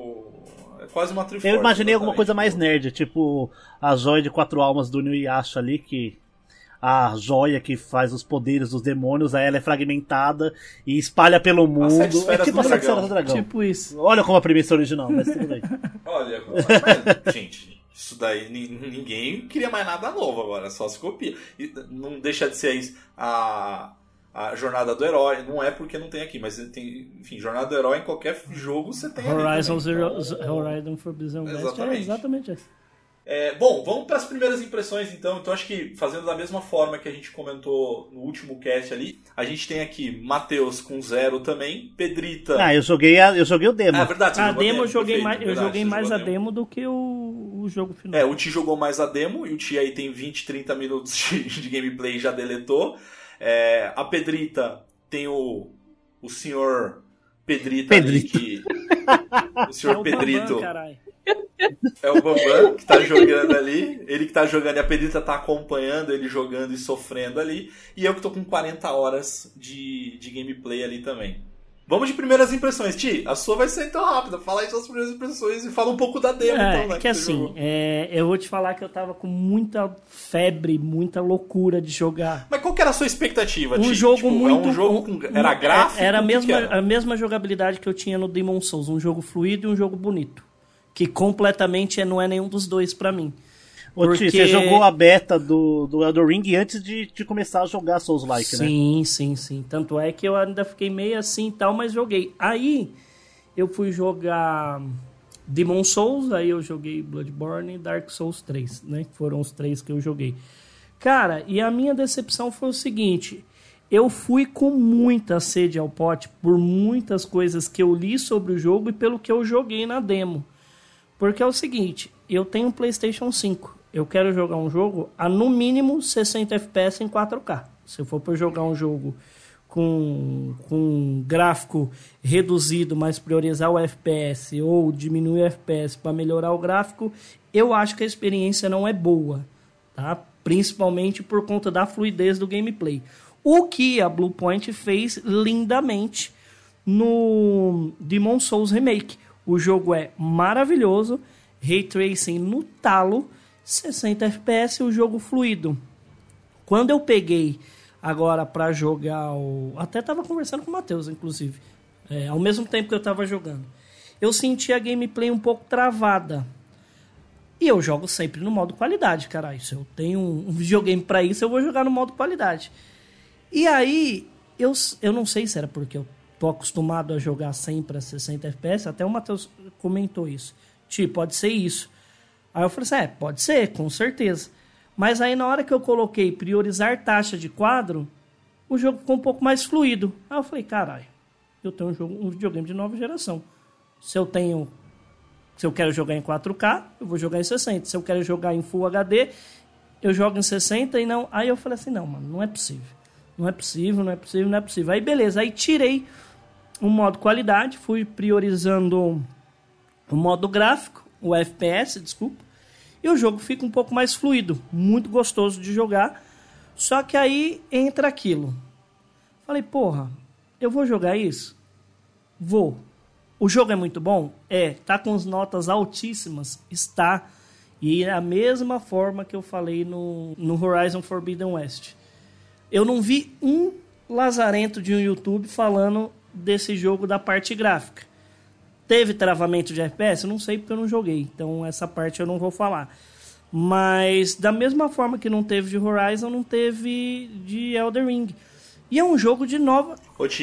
É quase uma Triforce. Eu imaginei alguma coisa mais nerd, tipo a joia de 4 almas do Inuyasha ali, que a joia que faz os poderes dos demônios, aí ela é fragmentada e espalha pelo mundo. É tipo a Sete Esferas do Dragão. Tipo isso. Olha como a premissa original, mas tudo bem. Olha, mas, gente, isso daí ninguém queria mais nada novo agora, só se copia. E não deixa de ser isso. A jornada do herói, não é porque não tem aqui, mas tem, enfim, jornada do herói em qualquer jogo você tem. Horizon Forbidden West. Exatamente isso. Bom, vamos para as primeiras impressões então. Então acho que fazendo da mesma forma que a gente comentou no último cast ali, a gente tem aqui Matheus com 0 também, Pedrita. Eu joguei o demo. É verdade, a demo eu joguei mais a demo do que o jogo final. O Ti jogou mais a demo e o Ti aí tem 20, 30 minutos de gameplay e já deletou. A Pedrita tem o senhor Pedrita. Ali, que o senhor Pedrito. Caralho. É o Bambam que tá jogando ali. Ele que tá jogando e a Pedrita tá acompanhando ele jogando e sofrendo ali. E eu que tô com 40 horas de gameplay ali também. Vamos de primeiras impressões. Ti, a sua vai ser então rápida. Fala aí suas primeiras impressões e fala um pouco da demo então, né? Que assim, eu vou te falar que eu tava com muita febre, muita loucura de jogar. Mas qual que era a sua expectativa, Ti? Jogo muito... Era gráfico? Era a mesma jogabilidade que eu tinha no Demon's Souls. Um jogo fluido e um jogo bonito. Que completamente não é nenhum dos dois pra mim. Porque... Ti, você jogou a beta do Elden Ring antes de começar a jogar Souls-like, né? Sim. Tanto é que eu ainda fiquei meio assim e tal, mas joguei. Aí eu fui jogar Demon's Souls, aí eu joguei Bloodborne e Dark Souls 3, né? Foram os 3 que eu joguei. Cara, e a minha decepção foi o seguinte... Eu fui com muita sede ao pote por muitas coisas que eu li sobre o jogo e pelo que eu joguei na demo. Porque é o seguinte, eu tenho um PlayStation 5. Eu quero jogar um jogo a no mínimo 60 FPS em 4K. Se eu for para jogar um jogo com gráfico reduzido, mas priorizar o FPS ou diminuir o FPS para melhorar o gráfico, eu acho que a experiência não é boa, tá? Principalmente por conta da fluidez do gameplay. O que a Bluepoint fez lindamente no Demon's Souls Remake. O jogo é maravilhoso, Ray Tracing no talo, 60 FPS, o jogo fluido. Quando eu peguei agora para jogar Até estava conversando com o Matheus, inclusive, ao mesmo tempo que eu estava jogando. Eu senti a gameplay um pouco travada. E eu jogo sempre no modo qualidade, caralho. Se eu tenho um videogame para isso, eu vou jogar no modo qualidade. E aí, eu não sei se era porque eu tô acostumado a jogar sempre a 60 FPS, até o Matheus comentou isso. Pode ser isso. Aí eu falei assim, pode ser, com certeza. Mas aí na hora que eu coloquei priorizar taxa de quadro, o jogo ficou um pouco mais fluido. Aí eu falei, caralho, eu tenho um videogame de nova geração. Se eu quero jogar em 4K, eu vou jogar em 60. Se eu quero jogar em Full HD, eu jogo em 60 e não... Aí eu falei assim, não, mano, não é possível. Não é possível. Aí beleza, aí tirei o modo qualidade, fui priorizando o modo gráfico, o FPS, desculpa, e o jogo fica um pouco mais fluido, muito gostoso de jogar. Só que aí entra aquilo. Falei, porra, eu vou jogar isso? Vou. O jogo é muito bom? Tá com as notas altíssimas? Está. E é a mesma forma que eu falei no Horizon Forbidden West. Eu não vi um lazarento de um YouTube falando desse jogo da parte gráfica. Teve travamento de FPS? Eu não sei porque eu não joguei. Então essa parte eu não vou falar. Mas da mesma forma que não teve de Horizon, não teve de Elden Ring. E é um jogo de nova...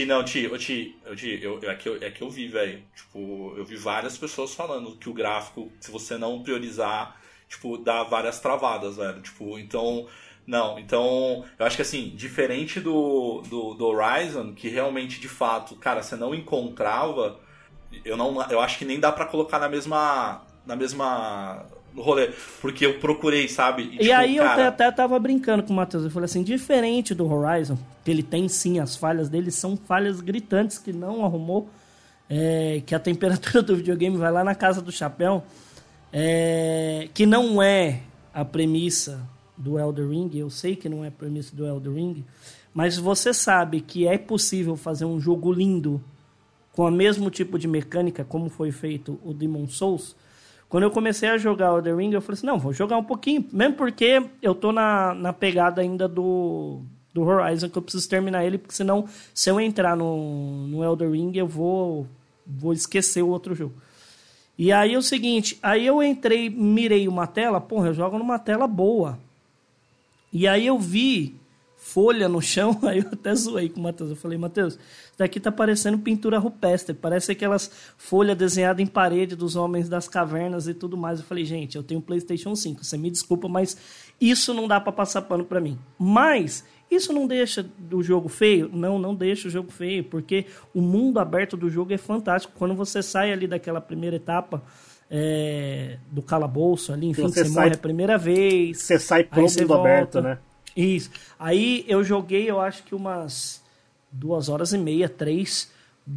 É que eu vi, velho. Tipo, eu vi várias pessoas falando que o gráfico, se você não priorizar, tipo, dá várias travadas, velho. Tipo, então... Não, então, eu acho que assim, diferente do Horizon, que realmente, de fato, cara, você não encontrava, eu acho que nem dá pra colocar na mesma no rolê, porque eu procurei, sabe? E tipo, aí cara... eu até tava brincando com o Matheus, eu falei assim, diferente do Horizon, que ele tem sim, as falhas dele são falhas gritantes que não arrumou, que a temperatura do videogame vai lá na casa do chapéu, que não é a premissa do Elden Ring, eu sei que não é a premissa do Elden Ring, mas você sabe que é possível fazer um jogo lindo com o mesmo tipo de mecânica como foi feito o Demon's Souls. Quando eu comecei a jogar Elden Ring, eu falei assim, não, vou jogar um pouquinho, mesmo porque eu tô na pegada ainda do Horizon, que eu preciso terminar ele, porque senão, se eu entrar no Elden Ring, eu vou esquecer o outro jogo. E aí é o seguinte, aí eu mirei uma tela, porra, eu jogo numa tela boa. E aí eu vi folha no chão, aí eu até zoei com o Matheus. Eu falei, Matheus, isso daqui tá parecendo pintura rupestre, parece aquelas folhas desenhadas em parede dos homens das cavernas e tudo mais. Eu falei, gente, eu tenho um PlayStation 5, você me desculpa, mas isso não dá pra passar pano pra mim. Mas isso não deixa o jogo feio? Não deixa o jogo feio, porque o mundo aberto do jogo é fantástico. Quando você sai ali daquela primeira etapa... do calabouço ali, enfim, você morre a primeira vez. Você sai pro mundo aberto, né? Isso. Aí eu joguei, eu acho que umas 2h30, 3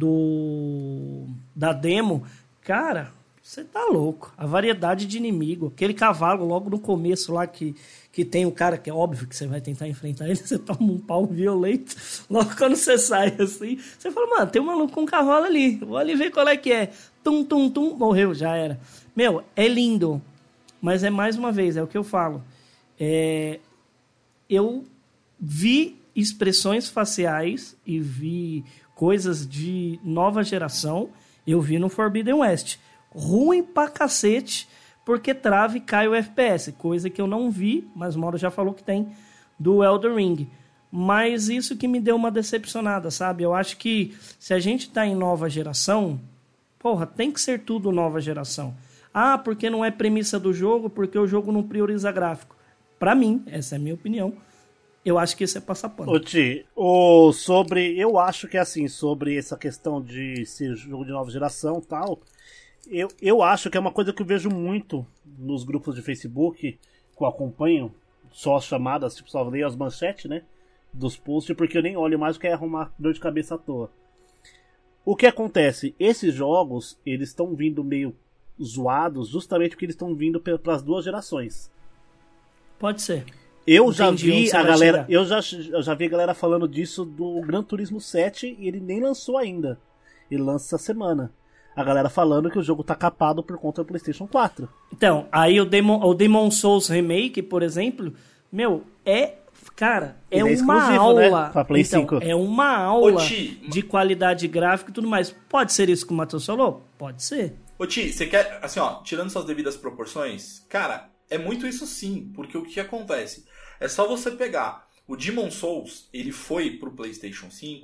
da demo. Cara, você tá louco. A variedade de inimigo. Aquele cavalo logo no começo lá que tem o cara que é óbvio que você vai tentar enfrentar ele, você toma um pau violento. Logo quando você sai assim, você fala, mano, tem um maluco com um cavalo ali. Vou ali ver qual é que é. Tum, tum, tum, morreu, já era. Meu, é lindo. Mas é mais uma vez, é o que eu falo. Eu vi expressões faciais e vi coisas de nova geração. Eu vi no Forbidden West. Ruim pra cacete, porque trava e cai o FPS. Coisa que eu não vi, mas o Mauro já falou que tem, do Elden Ring. Mas isso que me deu uma decepcionada, sabe? Eu acho que se a gente tá em nova geração, porra, tem que ser tudo nova geração. Ah, porque não é premissa do jogo, porque o jogo não prioriza gráfico. Pra mim, essa é a minha opinião, eu acho que isso é passar pano. Ô Ti, eu acho que assim, sobre essa questão de ser jogo de nova geração e tal, eu acho que é uma coisa que eu vejo muito nos grupos de Facebook que eu acompanho, só as chamadas, tipo, só leio as manchetes, né, dos posts, porque eu nem olho mais, porque é arrumar dor de cabeça à toa. O que acontece? Esses jogos, eles estão vindo meio zoados justamente porque eles estão vindo para as duas gerações. Pode ser. Eu já vi a galera, eu já vi a galera falando disso do Gran Turismo 7 e ele nem lançou ainda. Ele lança essa semana. A galera falando que o jogo tá capado por conta do PlayStation 4. Então, aí o Demon's Souls Remake, por exemplo, meu, cara, é uma aula, né? Pra Play 5. É uma aula de qualidade gráfica e tudo mais. Pode ser isso que o Matheus falou? Pode ser. Ô Ti, você quer, assim ó, tirando suas devidas proporções, cara, é muito isso sim, porque o que acontece? É só você pegar o Demon's Souls, ele foi pro PlayStation 5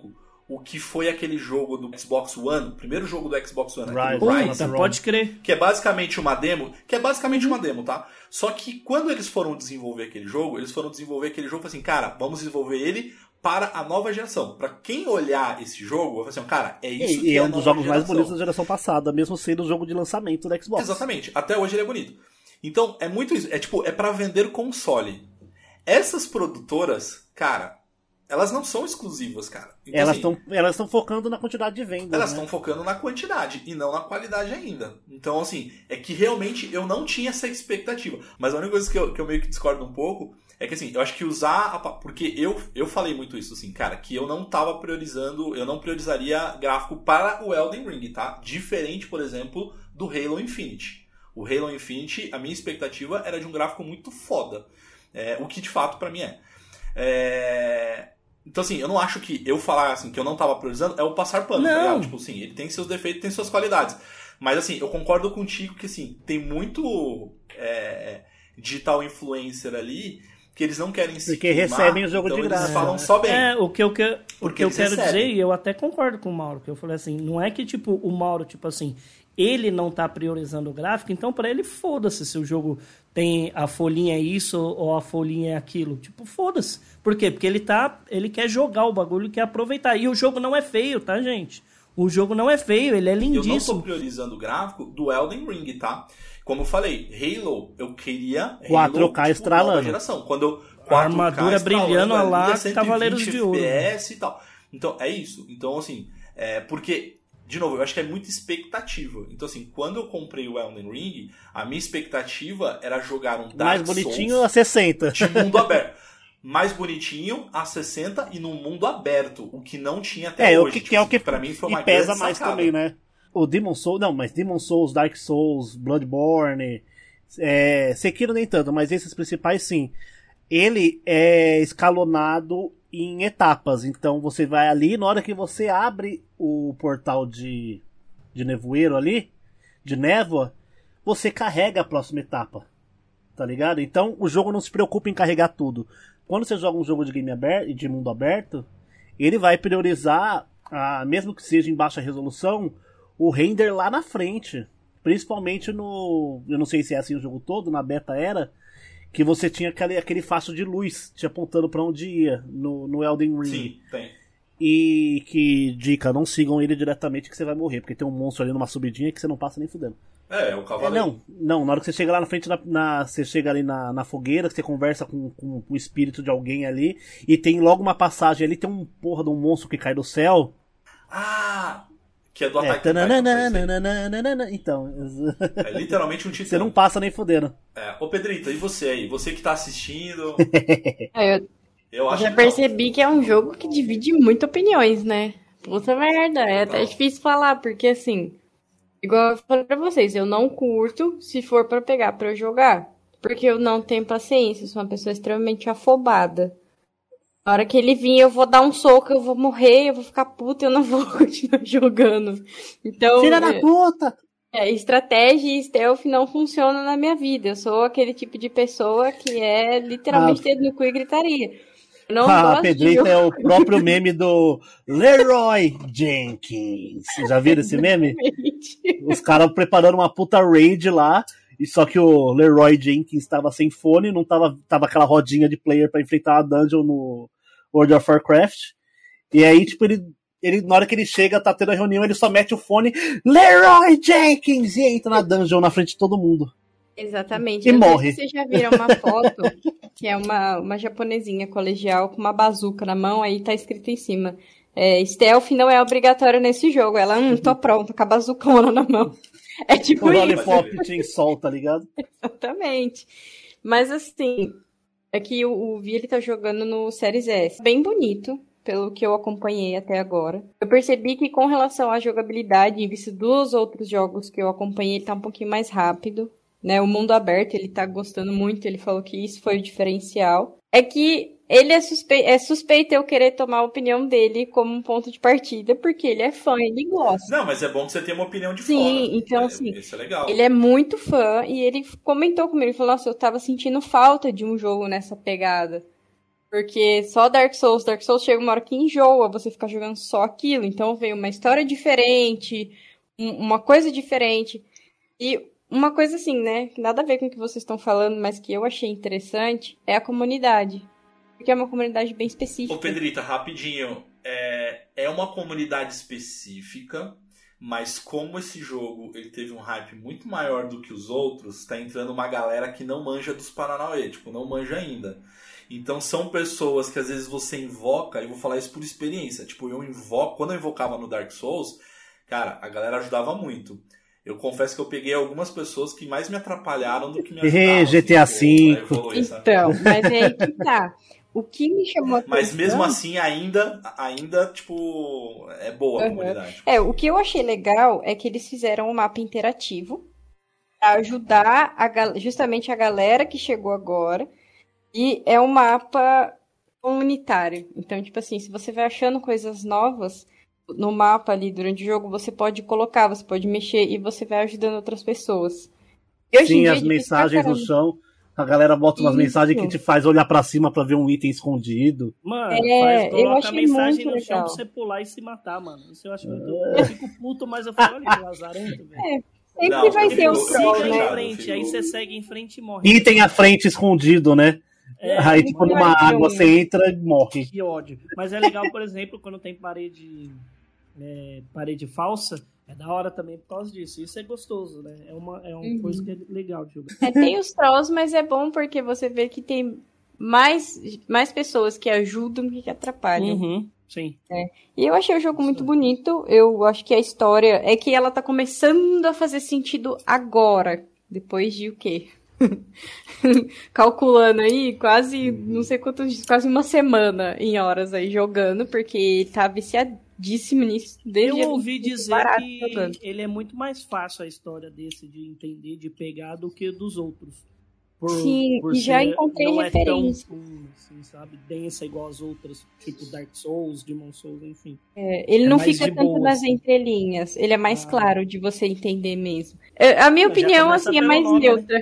o que foi aquele jogo do Xbox One, o primeiro jogo do Xbox One, Rise, pode crer. Que é basicamente uma demo, tá? Só que quando eles foram desenvolver aquele jogo assim, cara, vamos desenvolver ele para a nova geração. Para quem olhar esse jogo, vai falar assim, cara, é isso que é um dos jogos mais bonitos da geração passada, mesmo sendo o jogo de lançamento da Xbox. Exatamente, até hoje ele é bonito. Então, é muito isso, é para vender console. Essas produtoras, cara, elas não são exclusivas, cara. Então, elas estão focando na quantidade de vendas. Elas estão focando na quantidade e não na qualidade ainda. Então, assim, é que realmente eu não tinha essa expectativa. Mas a única coisa que eu meio que discordo um pouco é que, assim, eu acho que porque eu falei muito isso, assim, cara, que eu não priorizaria gráfico para o Elden Ring, tá? Diferente, por exemplo, do Halo Infinite. O Halo Infinite, a minha expectativa era de um gráfico muito foda. O que de fato pra mim Então, assim, eu não acho que eu falar assim que eu não tava priorizando é o passar pano, tá ligado? Tipo assim, ele tem seus defeitos, tem suas qualidades. Mas, assim, eu concordo contigo que, assim, tem muito digital influencer ali que eles não querem se porque queimar, recebem o jogo então de graça. Eles falam só bem. O que eu quero dizer, e eu até concordo com o Mauro, que eu falei assim, não é que, tipo, o Mauro, tipo assim, ele não tá priorizando o gráfico, então pra ele foda-se se o jogo tem a folhinha isso ou a folhinha aquilo. Tipo, foda-se. Por quê? Porque ele quer jogar o bagulho, quer aproveitar. E o jogo não é feio, tá, gente? O jogo não é feio, ele é lindíssimo. Eu não tô priorizando o gráfico do Elden Ring, tá? Como eu falei, Halo, eu queria 4K estralando. Nova geração. Quando a armadura brilhando lá, Cavaleiros de Ouro. FPS e tal. Então, é isso. Então, assim, porque... De novo, eu acho que é muita expectativa. Então, assim, quando eu comprei o Elden Ring, a minha expectativa era jogar um Dark mais bonitinho Souls a 60. De mundo aberto. Mais bonitinho a 60 e num mundo aberto, o que não tinha até hoje. Que é o que pra mim foi uma pesa mais sacada. Também, né? O Demon Souls, não, mas Demon Souls, Dark Souls, Bloodborne, Sekiro nem tanto, mas esses principais sim. Ele é escalonado em etapas, então você vai ali, na hora que você abre o portal de nevoeiro ali, de névoa, você carrega a próxima etapa, tá ligado? Então o jogo não se preocupa em carregar tudo. Quando você joga um jogo de game aberto, de mundo aberto, ele vai priorizar, mesmo que seja em baixa resolução, o render lá na frente, principalmente eu não sei se é assim o jogo todo, na beta era, que você tinha aquele facho de luz te apontando pra onde ia no Elden Ring. Sim, tem. E que, dica, não sigam ele diretamente que você vai morrer, porque tem um monstro ali numa subidinha que você não passa nem fudendo. É o cavaleiro. Não, na hora que você chega lá na frente, você chega ali na fogueira, que você conversa com o espírito de alguém ali, e tem logo uma passagem ali, tem um porra de um monstro que cai do céu. Que é do ataque então, é literalmente um titã. Você não passa nem fudendo. Ô Pedrito, e você aí? Você que tá assistindo? Eu já percebi que é um jogo que divide muito opiniões, né? Puta merda, é até difícil falar, porque assim, igual eu falei pra vocês, eu não curto se for pra pegar pra eu jogar, porque eu não tenho paciência, eu sou uma pessoa extremamente afobada. Na hora que ele vir, eu vou dar um soco, eu vou morrer, eu vou ficar puta, eu não vou continuar jogando. Então, filha da puta! Estratégia e stealth não funcionam na minha vida. Eu sou aquele tipo de pessoa que é literalmente dedo no cu e gritaria. Eu não gosto Pedrito é o próprio meme do Leroy Jenkins. Vocês já viram esse meme? Os caras preparando uma puta raid lá, e só que o Leroy Jenkins tava sem fone, não tava aquela rodinha de player pra enfrentar a dungeon no World of Warcraft. E aí, tipo, ele na hora que ele chega, tá tendo a reunião, ele só mete o fone, Leroy Jenkins, e entra na dungeon na frente de todo mundo. Exatamente. E morre. Vocês já viram uma foto que é uma japonesinha colegial com uma bazuca na mão, aí tá escrito em cima, stealth não é obrigatório nesse jogo. Ela, tô pronta, com a bazucona na mão. É tipo o isso. O Lollipop tinha sol, tá ligado? Exatamente. Mas assim, é que o Vi, ele tá jogando no Series S. Bem bonito, pelo que eu acompanhei até agora. Eu percebi que com relação à jogabilidade, em vista dos outros jogos que eu acompanhei, ele tá um pouquinho mais rápido, né? O mundo aberto, ele tá gostando muito, ele falou que isso foi o diferencial. É que ele é suspeito eu querer tomar a opinião dele como um ponto de partida, porque ele é fã, ele gosta. Não, mas é bom que você tenha uma opinião de fora. Sim, então assim, isso é legal. Ele é muito fã e ele comentou comigo, ele falou, nossa, eu tava sentindo falta de um jogo nessa pegada. Porque só Dark Souls chega uma hora que enjoa, você ficar jogando só aquilo. Então veio uma história diferente, uma coisa diferente. E uma coisa assim, né, que nada a ver com o que vocês estão falando, mas que eu achei interessante, é a comunidade. Porque é uma comunidade bem específica. Ô Pedrita, rapidinho, é uma comunidade específica, mas como esse jogo ele teve um hype muito maior do que os outros, tá entrando uma galera que não manja dos Paranauê, tipo, não manja ainda. Então são pessoas que às vezes você invoca, e eu vou falar isso por experiência, tipo, quando eu invocava no Dark Souls, cara, a galera ajudava muito. Eu confesso que eu peguei algumas pessoas que mais me atrapalharam do que me ajudaram. GTA V. Então, mas é aí que tá. O que me chamou a atenção... Mas mesmo assim, ainda tipo, é boa a comunidade. O que eu achei legal é que eles fizeram um mapa interativo para ajudar justamente a galera que chegou agora. E é um mapa comunitário. Então, tipo assim, se você vai achando coisas novas no mapa ali durante o jogo, você pode colocar, você pode mexer e você vai ajudando outras pessoas. Sim, as mensagens no chão, a galera bota umas mensagens que te faz olhar pra cima pra ver um item escondido. Mano, coloca a mensagem no legal. chão pra você pular e se matar, mano. Isso eu acho muito... Eu fico puto, mas eu falo, olha que lazarento, velho. Sempre vai ter um troll, siga né? em frente, aí você segue em frente e morre. Item à frente escondido, né? Aí, tipo, numa água, você entra e morre. Que ódio. Mas é legal, por exemplo, quando tem parede falsa, é da hora também por causa disso. Isso é gostoso, né? É uma coisa que é legal de jogar. Tem os trolls, mas é bom porque você vê que tem mais pessoas que ajudam que atrapalham. Uhum, sim. E eu achei o jogo muito bonito. Eu acho que a história é que ela tá começando a fazer sentido agora. Depois de o quê? Calculando aí, quase, não sei quantos dias, quase uma semana em horas aí jogando, porque tá viciadíssimo nisso. Eu ouvi dizer que ele é muito mais fácil a história desse de entender, de pegar, do que dos outros. Sim, e já encontrei referência. Não é tão, assim, sabe, densa igual as outras, tipo Dark Souls, Demon Souls, enfim. Ele não fica tanto nas entrelinhas, ele é mais claro de você entender mesmo. A minha opinião, assim, é mais neutra. Né?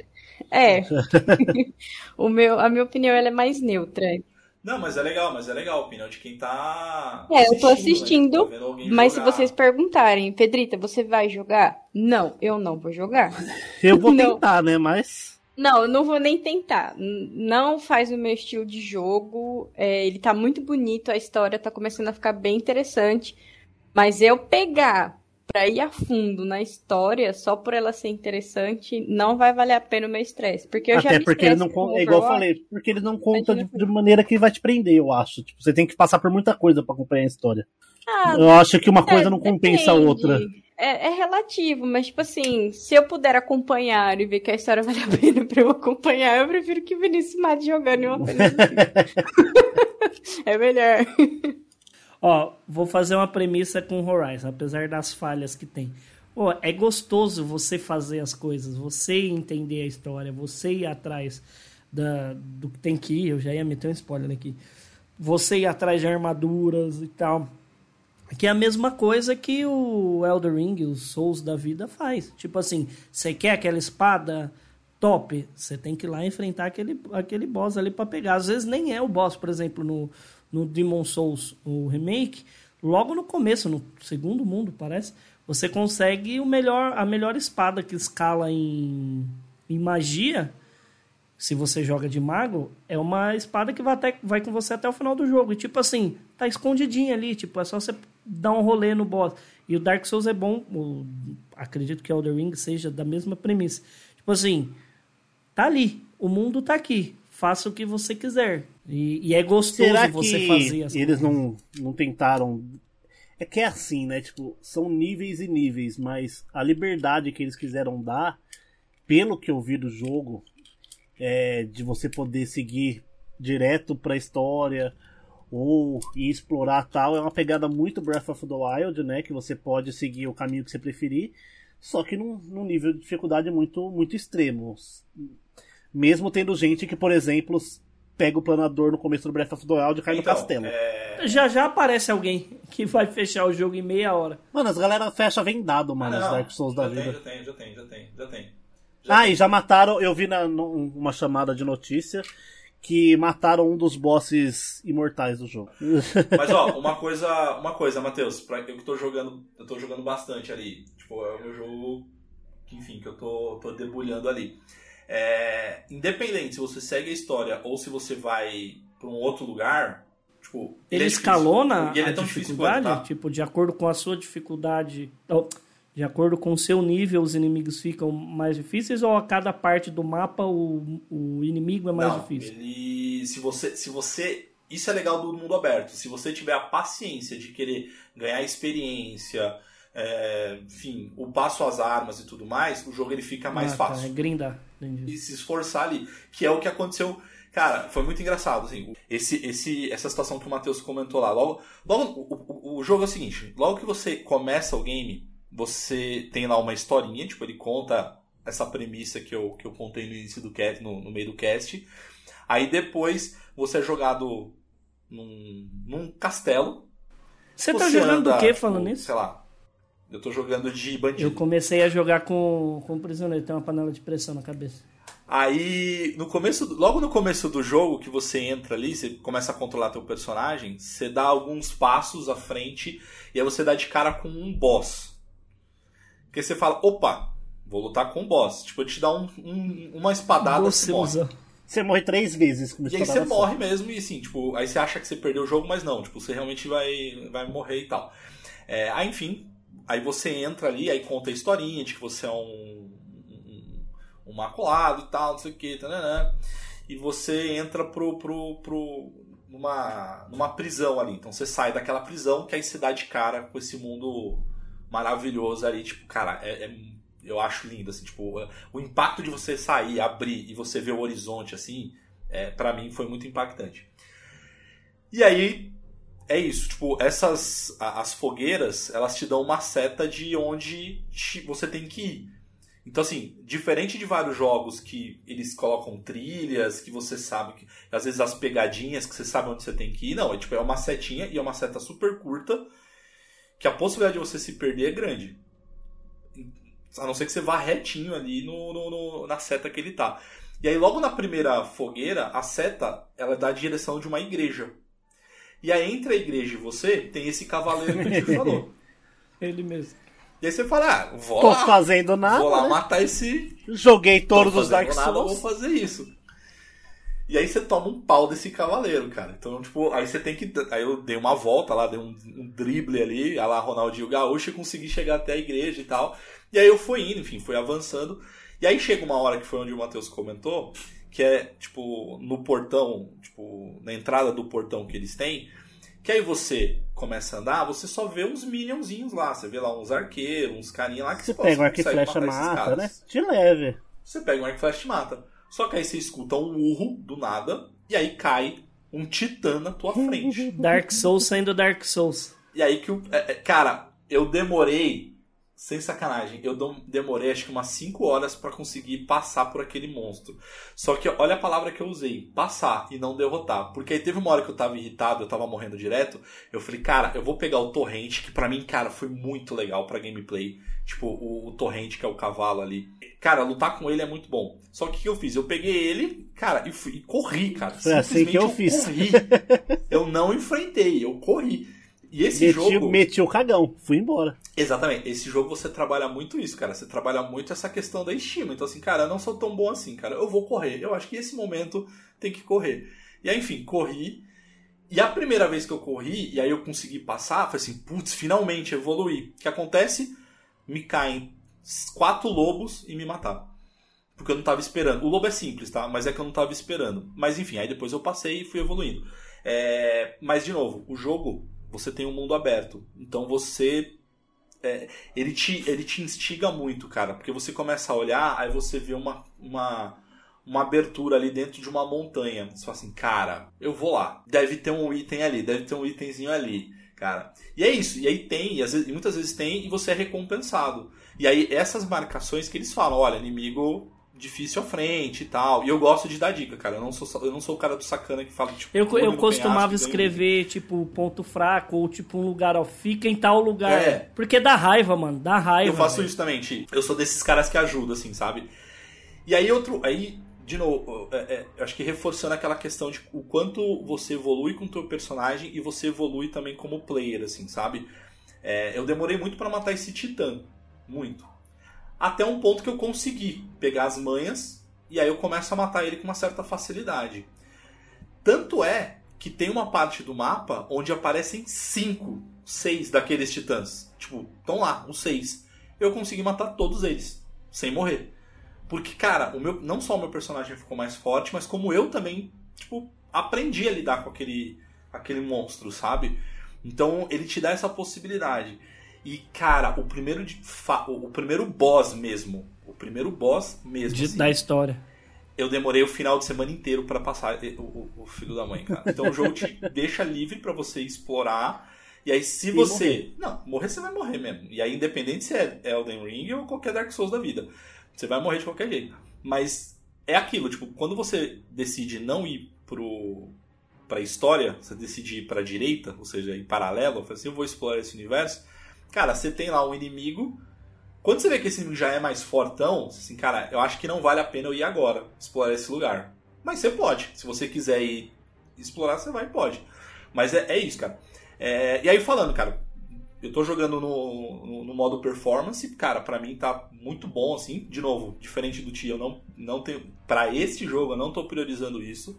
A minha opinião ela é mais neutra. Não, mas é legal a opinião de quem tá eu tô assistindo, né? Mas jogar. Se vocês perguntarem, Pedrita, você vai jogar? Não, eu não vou jogar. Eu vou tentar, né, mas... Não, eu não vou nem tentar. Não faz o meu estilo de jogo, ele tá muito bonito, a história tá começando a ficar bem interessante, mas eu pegar pra ir a fundo na história, só por ela ser interessante, não vai valer a pena o meu estresse. Porque eu Até porque ele não conta, igual eu falei, porque ele não conta de maneira que vai te prender, eu acho. Tipo, você tem que passar por muita coisa pra acompanhar a história. Eu acho que uma coisa não compensa a outra. É relativo, mas tipo assim, se eu puder acompanhar e ver que a história vale a pena pra eu acompanhar, eu prefiro que o Vinícius Mate jogando em uma coisa. É melhor. Ó, vou fazer uma premissa com Horizon, apesar das falhas que tem. É gostoso você fazer as coisas, você entender a história, você ir atrás do que tem que ir. Eu já ia meter um spoiler aqui. Você ir atrás de armaduras e tal. Que é a mesma coisa que o Elden Ring, os Souls da vida faz. Tipo assim, você quer aquela espada top? Você tem que ir lá enfrentar aquele boss ali pra pegar. Às vezes nem é o boss, por exemplo, no Demon Souls, o remake, logo no começo, no segundo mundo, parece, você consegue a melhor espada que escala em magia. Se você joga de mago, é uma espada que vai com você até o final do jogo. E tipo assim, tá escondidinha ali, tipo, é só você dar um rolê no boss. E o Dark Souls é bom, acredito que o Elden Ring seja da mesma premissa. Tipo assim, tá ali, o mundo tá aqui, faça o que você quiser. E é gostoso você fazer as eles coisas. Não tentaram... É que é assim, né? Tipo, são níveis e níveis, mas a liberdade que eles quiseram dar, pelo que eu vi do jogo, de você poder seguir direto pra história ou ir explorar tal, é uma pegada muito Breath of the Wild, né? Que você pode seguir o caminho que você preferir, só que num nível de dificuldade muito, muito extremo. Mesmo tendo gente que, por exemplo, pega o planador no começo do Breath of the Wild e cai no castelo. Já aparece alguém que vai fechar o jogo em meia hora. Mano, as galera fecha vendado, mano, os Dark Souls da vida. Já tem. E já mataram, eu vi numa chamada de notícia que mataram um dos bosses imortais do jogo. Mas ó, uma coisa, Matheus, eu que tô jogando bastante ali. Tipo, é o meu jogo que, enfim, que eu tô debulhando ali. Independente se você segue a história ou se você vai pra um outro lugar, tipo... Ele escalona a dificuldade? Tá? Tipo, de acordo com a sua dificuldade... De acordo com o seu nível, os inimigos ficam mais difíceis, ou a cada parte do mapa o inimigo é mais difícil? Se você... Isso é legal do mundo aberto. Se você tiver a paciência de querer ganhar experiência, enfim, o passo às armas e tudo mais, o jogo ele fica mais fácil. Grindar. E se esforçar ali. Que é o que aconteceu... Cara, foi muito engraçado, assim. Essa situação que o Matheus comentou lá. Logo, o jogo é o seguinte. Logo que você começa o game... Você tem lá uma historinha, tipo, ele conta essa premissa que eu contei no início do cast, no meio do cast. Aí depois você é jogado num castelo. Você tá jogando do que falando nisso? Sei lá. Eu tô jogando de bandido. Eu comecei a jogar com prisioneiro, tem uma panela de pressão na cabeça. Aí, logo no começo do jogo, que você entra ali, você começa a controlar teu personagem, você dá alguns passos à frente e aí você dá de cara com um boss. Porque você fala, opa, vou lutar com o boss. Tipo, ele te dá uma espadada, você morre. Você morre 3 vezes com uma espadada. E aí você morre mesmo, e assim, tipo, aí você acha que você perdeu o jogo, mas não, tipo, você realmente vai morrer e tal. Aí, enfim, aí você entra ali, aí conta a historinha de que você é um maculado e tal, não sei o que, e você entra numa prisão ali. Então você sai daquela prisão, que aí você dá de cara com esse mundo maravilhoso ali, tipo, cara, eu acho lindo, assim, tipo, o impacto de você sair, abrir e você ver o horizonte, assim, pra mim foi muito impactante. E aí, é isso, tipo, as fogueiras, elas te dão uma seta de onde você tem que ir. Então, assim, diferente de vários jogos que eles colocam trilhas, que você sabe, que às vezes as pegadinhas, que você sabe onde você tem que ir, não, é uma setinha e é uma seta super curta, que a possibilidade de você se perder é grande. A não ser que você vá retinho ali na seta que ele tá. E aí logo na primeira fogueira, a seta, ela dá a direção de uma igreja. E aí entre a igreja e você, tem esse cavaleiro que a gente falou. Ele mesmo. E aí você fala, Tô fazendo nada, vou lá né? matar esse... Joguei todos os Dark Souls. Vou fazer isso. E aí você toma um pau desse cavaleiro, cara. Então, tipo, aí você tem que... Aí eu dei uma volta lá, dei um drible ali, a lá Ronaldinho Gaúcho, e consegui chegar até a igreja e tal. E aí eu fui indo, enfim, fui avançando. E aí chega uma hora que foi onde o Matheus comentou, que é, tipo, no portão, tipo, na entrada do portão que eles têm, que aí você começa a andar, você só vê uns minionzinhos lá. Você vê lá uns arqueiros, uns carinha lá que você pega um arco e flecha mata, né? De leve. Você pega um arco e flecha e mata. Só que aí você escuta um urro do nada, e aí cai um titã na tua frente. Dark Souls saindo Dark Souls. E aí que cara, eu demorei, sem sacanagem, demorei acho que umas 5 horas pra conseguir passar por aquele monstro. Só que olha a palavra que eu usei, passar e não derrotar. Porque aí teve uma hora que eu tava irritado, eu tava morrendo direto, eu falei, cara, eu vou pegar o torrente, que pra mim, cara, foi muito legal pra gameplay. Tipo, o torrente, que é o cavalo ali. Cara, lutar com ele é muito bom. Só que o que eu fiz? Eu peguei ele, cara, e corri, cara. Foi assim que eu fiz. Corri. Eu não enfrentei, eu corri. E esse jogo... Meti o cagão, fui embora. Exatamente. Esse jogo você trabalha muito isso, cara. Você trabalha muito essa questão da estima. Então, assim, cara, eu não sou tão bom assim, cara. Eu vou correr. Eu acho que esse momento tem que correr. E aí, enfim, corri. E a primeira vez que eu corri, e aí eu consegui passar, foi assim, putz, finalmente evoluí. O que acontece? Me caem 4 lobos e me mataram. Porque eu não tava esperando. O lobo é simples, tá? Mas é que eu não tava esperando. Mas enfim, aí depois eu passei e fui evoluindo. Mas de novo, o jogo, você tem um mundo aberto. Então você... ele te instiga muito, cara. Porque você começa a olhar, aí você vê uma abertura ali dentro de uma montanha. Você fala assim, cara, eu vou lá. Deve ter um item ali, deve ter um itemzinho ali. Cara, e é isso, e aí tem, e muitas vezes tem, e você é recompensado. E aí essas marcações que eles falam, olha, inimigo difícil à frente e tal. E eu gosto de dar dica, cara. Eu não sou o cara do sacana que fala, tipo... Eu costumava escrever, tipo, ponto fraco, ou tipo, um lugar, ó, fica em tal lugar. Porque dá raiva, mano, dá raiva. Eu faço isso também, Ti. Eu sou desses caras que ajudam, assim, sabe? E aí de novo, eu acho que reforçando aquela questão de o quanto você evolui com o teu personagem e você evolui também como player, assim, sabe? Eu demorei muito pra matar esse titã. Muito. Até um ponto que eu consegui pegar as manhas e aí eu começo a matar ele com uma certa facilidade. Tanto é que tem uma parte do mapa onde aparecem 5, 6 daqueles titãs. Tipo, estão lá, os 6. Eu consegui matar todos eles, sem morrer. Porque, cara, não só o meu personagem ficou mais forte, mas como eu também, tipo, aprendi a lidar com aquele monstro, sabe? Então, ele te dá essa possibilidade. E, cara, o primeiro boss mesmo. Assim, da história. Eu demorei o final de semana inteiro pra passar o filho da mãe, cara. Então o jogo te deixa livre pra você explorar. E aí se você... Morrer. Não, morrer você vai morrer mesmo. E aí independente se é Elden Ring ou qualquer Dark Souls da vida. Você vai morrer de qualquer jeito. Mas é aquilo, tipo, quando você decide não ir pra história, você decide ir pra direita, ou seja, em paralelo, assim, eu vou explorar esse universo. Cara, você tem lá um inimigo. Quando você vê que esse inimigo já é mais fortão, assim, cara, eu acho que não vale a pena eu ir agora explorar esse lugar. Mas você pode. Se você quiser ir explorar, você vai e pode. Mas é isso, cara. E aí falando, cara, eu tô jogando no modo performance, cara, pra mim tá muito bom, assim. De novo, diferente do Tia, eu não tenho... Pra este jogo, eu não tô priorizando isso.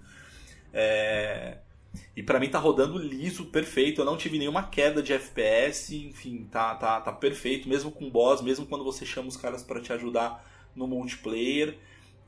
E pra mim tá rodando liso, perfeito. Eu não tive nenhuma queda de FPS. Enfim, tá perfeito. Mesmo com boss, mesmo quando você chama os caras pra te ajudar no multiplayer.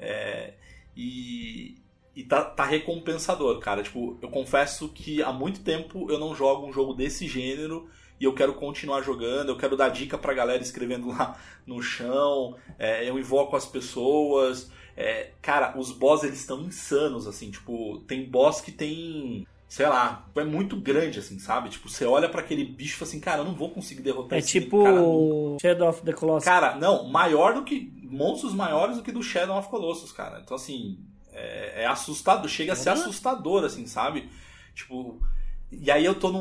E tá recompensador, cara. Tipo, eu confesso que há muito tempo eu não jogo um jogo desse gênero. E eu quero continuar jogando. Eu quero dar dica pra galera escrevendo lá no chão. Eu invoco as pessoas. Cara, os boss, eles estão insanos, assim. Tipo, tem boss que tem... Sei lá, é muito grande, assim, sabe? Tipo, você olha pra aquele bicho e fala assim, cara, eu não vou conseguir derrotar esse tipo cara, Shadow of the Colossus. Cara, não, monstros maiores do que do Shadow of Colossus, cara. Então, assim, é assustador, chega a ser assustador, assim, sabe? Tipo, e aí eu tô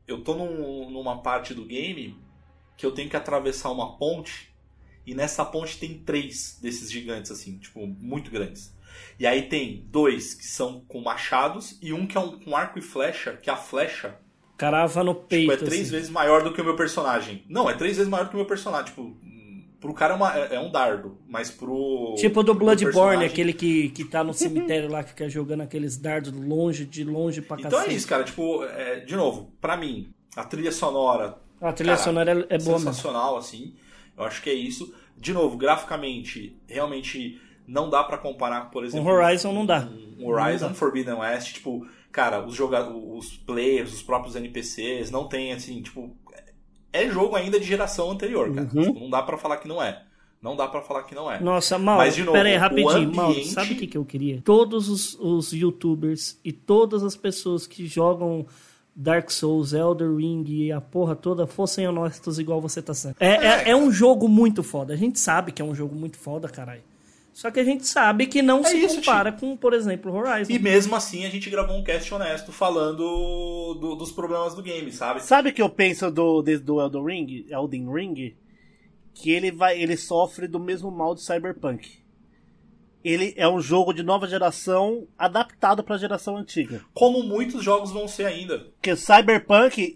numa parte do game que eu tenho que atravessar uma ponte e nessa ponte tem 3 desses gigantes, assim, tipo, muito grandes. E aí tem 2 que são com machados e um que é com arco e flecha, que a flecha... Carava no peito, tipo, é 3 vezes maior do que o meu personagem. Não, é 3 vezes maior do que o meu personagem. Tipo, pro cara é um dardo, mas pro... Tipo do Bloodborne, aquele que tá no cemitério lá, que fica jogando aqueles dardos de longe pra cacete. Então é isso, cara. Tipo, de novo, pra mim, a trilha sonora... A trilha sonora é boa, sensacional, assim. Eu acho que é isso. De novo, graficamente, realmente... Não dá pra comparar, por exemplo... Um Horizon não dá. Um Horizon Forbidden West, tipo... Cara, os players, os próprios NPCs, não tem, assim, tipo... É jogo ainda de geração anterior, cara. Tipo, não dá pra falar que não é. Não dá pra falar que não é. Nossa, Mauro, mas, de novo, pera aí, rapidinho. ambiente... Mauro, sabe o que eu queria? Todos os YouTubers e todas as pessoas que jogam... Dark Souls, Elden Ring e a porra toda fossem honestos igual você tá sendo. É um jogo muito foda. A gente sabe que é um jogo muito foda, caralho. Só que a gente sabe que não se compara com, por exemplo, Horizon. E mesmo assim a gente gravou um cast honesto falando dos problemas do game, sabe? Sabe o que eu penso do Elden Ring? Que ele sofre do mesmo mal de Cyberpunk. Ele é um jogo de nova geração adaptado pra geração antiga. Como muitos jogos vão ser ainda. Porque o Cyberpunk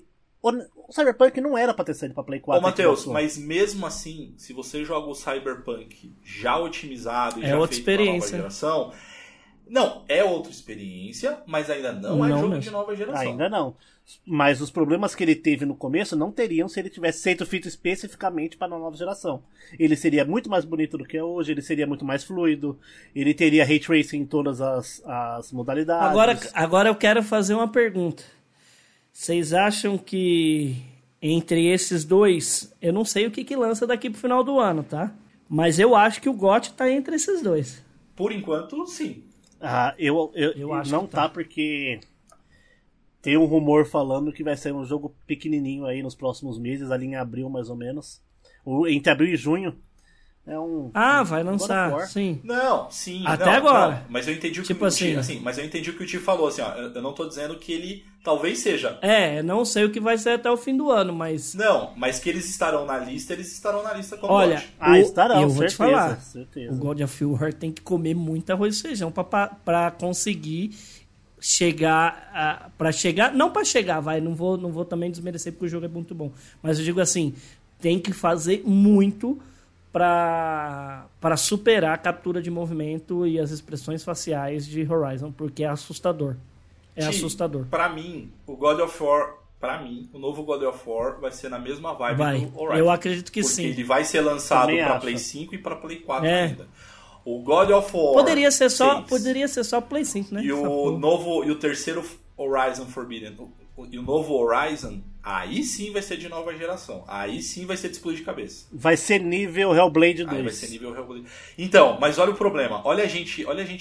não era pra ter saído pra Play 4. Ô, Matheus, mas mesmo assim, se você joga o Cyberpunk já otimizado e já feito pra nova geração... Não, é outra experiência, mas ainda não é jogo de nova geração. Ainda não. Mas os problemas que ele teve no começo não teriam se ele tivesse sido feito especificamente para a nova geração. Ele seria muito mais bonito do que é hoje, ele seria muito mais fluido, ele teria Ray Tracing em todas as modalidades. Agora eu quero fazer uma pergunta. Vocês acham que entre esses dois, eu não sei o que lança daqui pro final do ano, tá? Mas eu acho que o GOT tá entre esses dois. Por enquanto, sim. Eu acho não que tá, porque tem um rumor falando que vai sair um jogo pequenininho aí nos próximos meses, ali em abril mais ou menos, ou entre abril e junho, vai lançar, sim. Não, sim. Até agora. Não, mas eu entendi o que tipo mas eu entendi o que o Ti falou, assim, ó. Eu não tô dizendo que ele talvez seja. Não sei o que vai ser até o fim do ano, mas... Não, mas que eles estarão na lista como Olha, estarão, eu vou te falar. Certeza. O God of War tem que comer muito arroz e feijão pra conseguir chegar... não pra chegar, não vou também desmerecer porque o jogo é muito bom. Mas eu digo assim, tem que fazer muito para superar a captura de movimento e as expressões faciais de Horizon, porque é assustador. Assustador. Pra mim, o novo God of War vai ser na mesma vibe do Horizon. Eu acredito que porque sim. Ele vai ser lançado pra Play 5 e pra Play 4 ainda. O God of War poderia ser só Play 5, né? E o terceiro Horizon Forbidden. E o novo Horizon, aí sim vai ser de nova geração. Aí sim vai ser de explodir de cabeça. Vai ser nível Hellblade 2. Aí vai ser nível Hellblade. Então, mas olha o problema. Olha a gente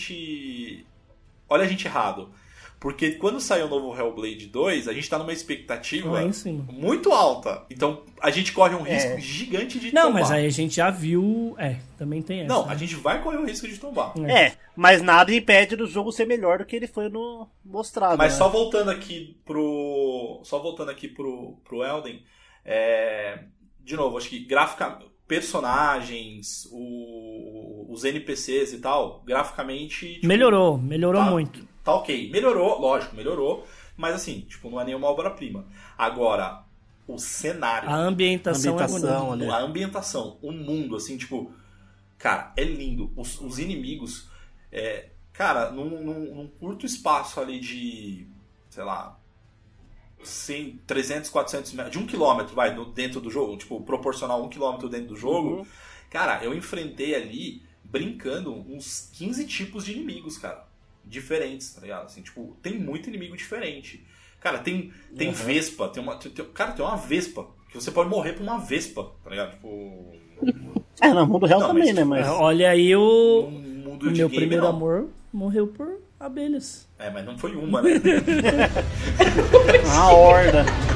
errado. Porque quando sair o novo Hellblade 2, a gente tá numa expectativa muito alta. Então, a gente corre um risco gigante de tombar. Não, mas aí a gente já viu... também tem essa. Não, a gente vai correr o risco de tombar. Mas nada impede do jogo ser melhor do que ele foi no mostrado. Mas só voltando aqui pro Elden, de novo, acho que personagens, os NPCs e tal, graficamente... Tipo, melhorou muito. Tá ok. Melhorou. Mas assim, tipo, não é nenhuma obra-prima. Agora, o cenário... A ambientação é bonita. A ambientação, o mundo, assim, tipo... Cara, é lindo. Os inimigos... cara, num curto espaço ali de... Sei lá... 100, 300, 400 metros... De 1 quilômetro, dentro do jogo. Tipo, proporcional 1 quilômetro dentro do jogo. Uhum. Cara, eu enfrentei ali, brincando, uns 15 tipos de inimigos, cara. Diferentes, tá ligado? Assim, tipo, tem muito inimigo diferente. Cara, tem vespa, tem uma vespa, que você pode morrer por uma vespa, tá ligado? Tipo... no mundo real também, né? Mas... Olha aí o meu primeiro amor morreu por abelhas. Mas não foi uma, né? Uma horda.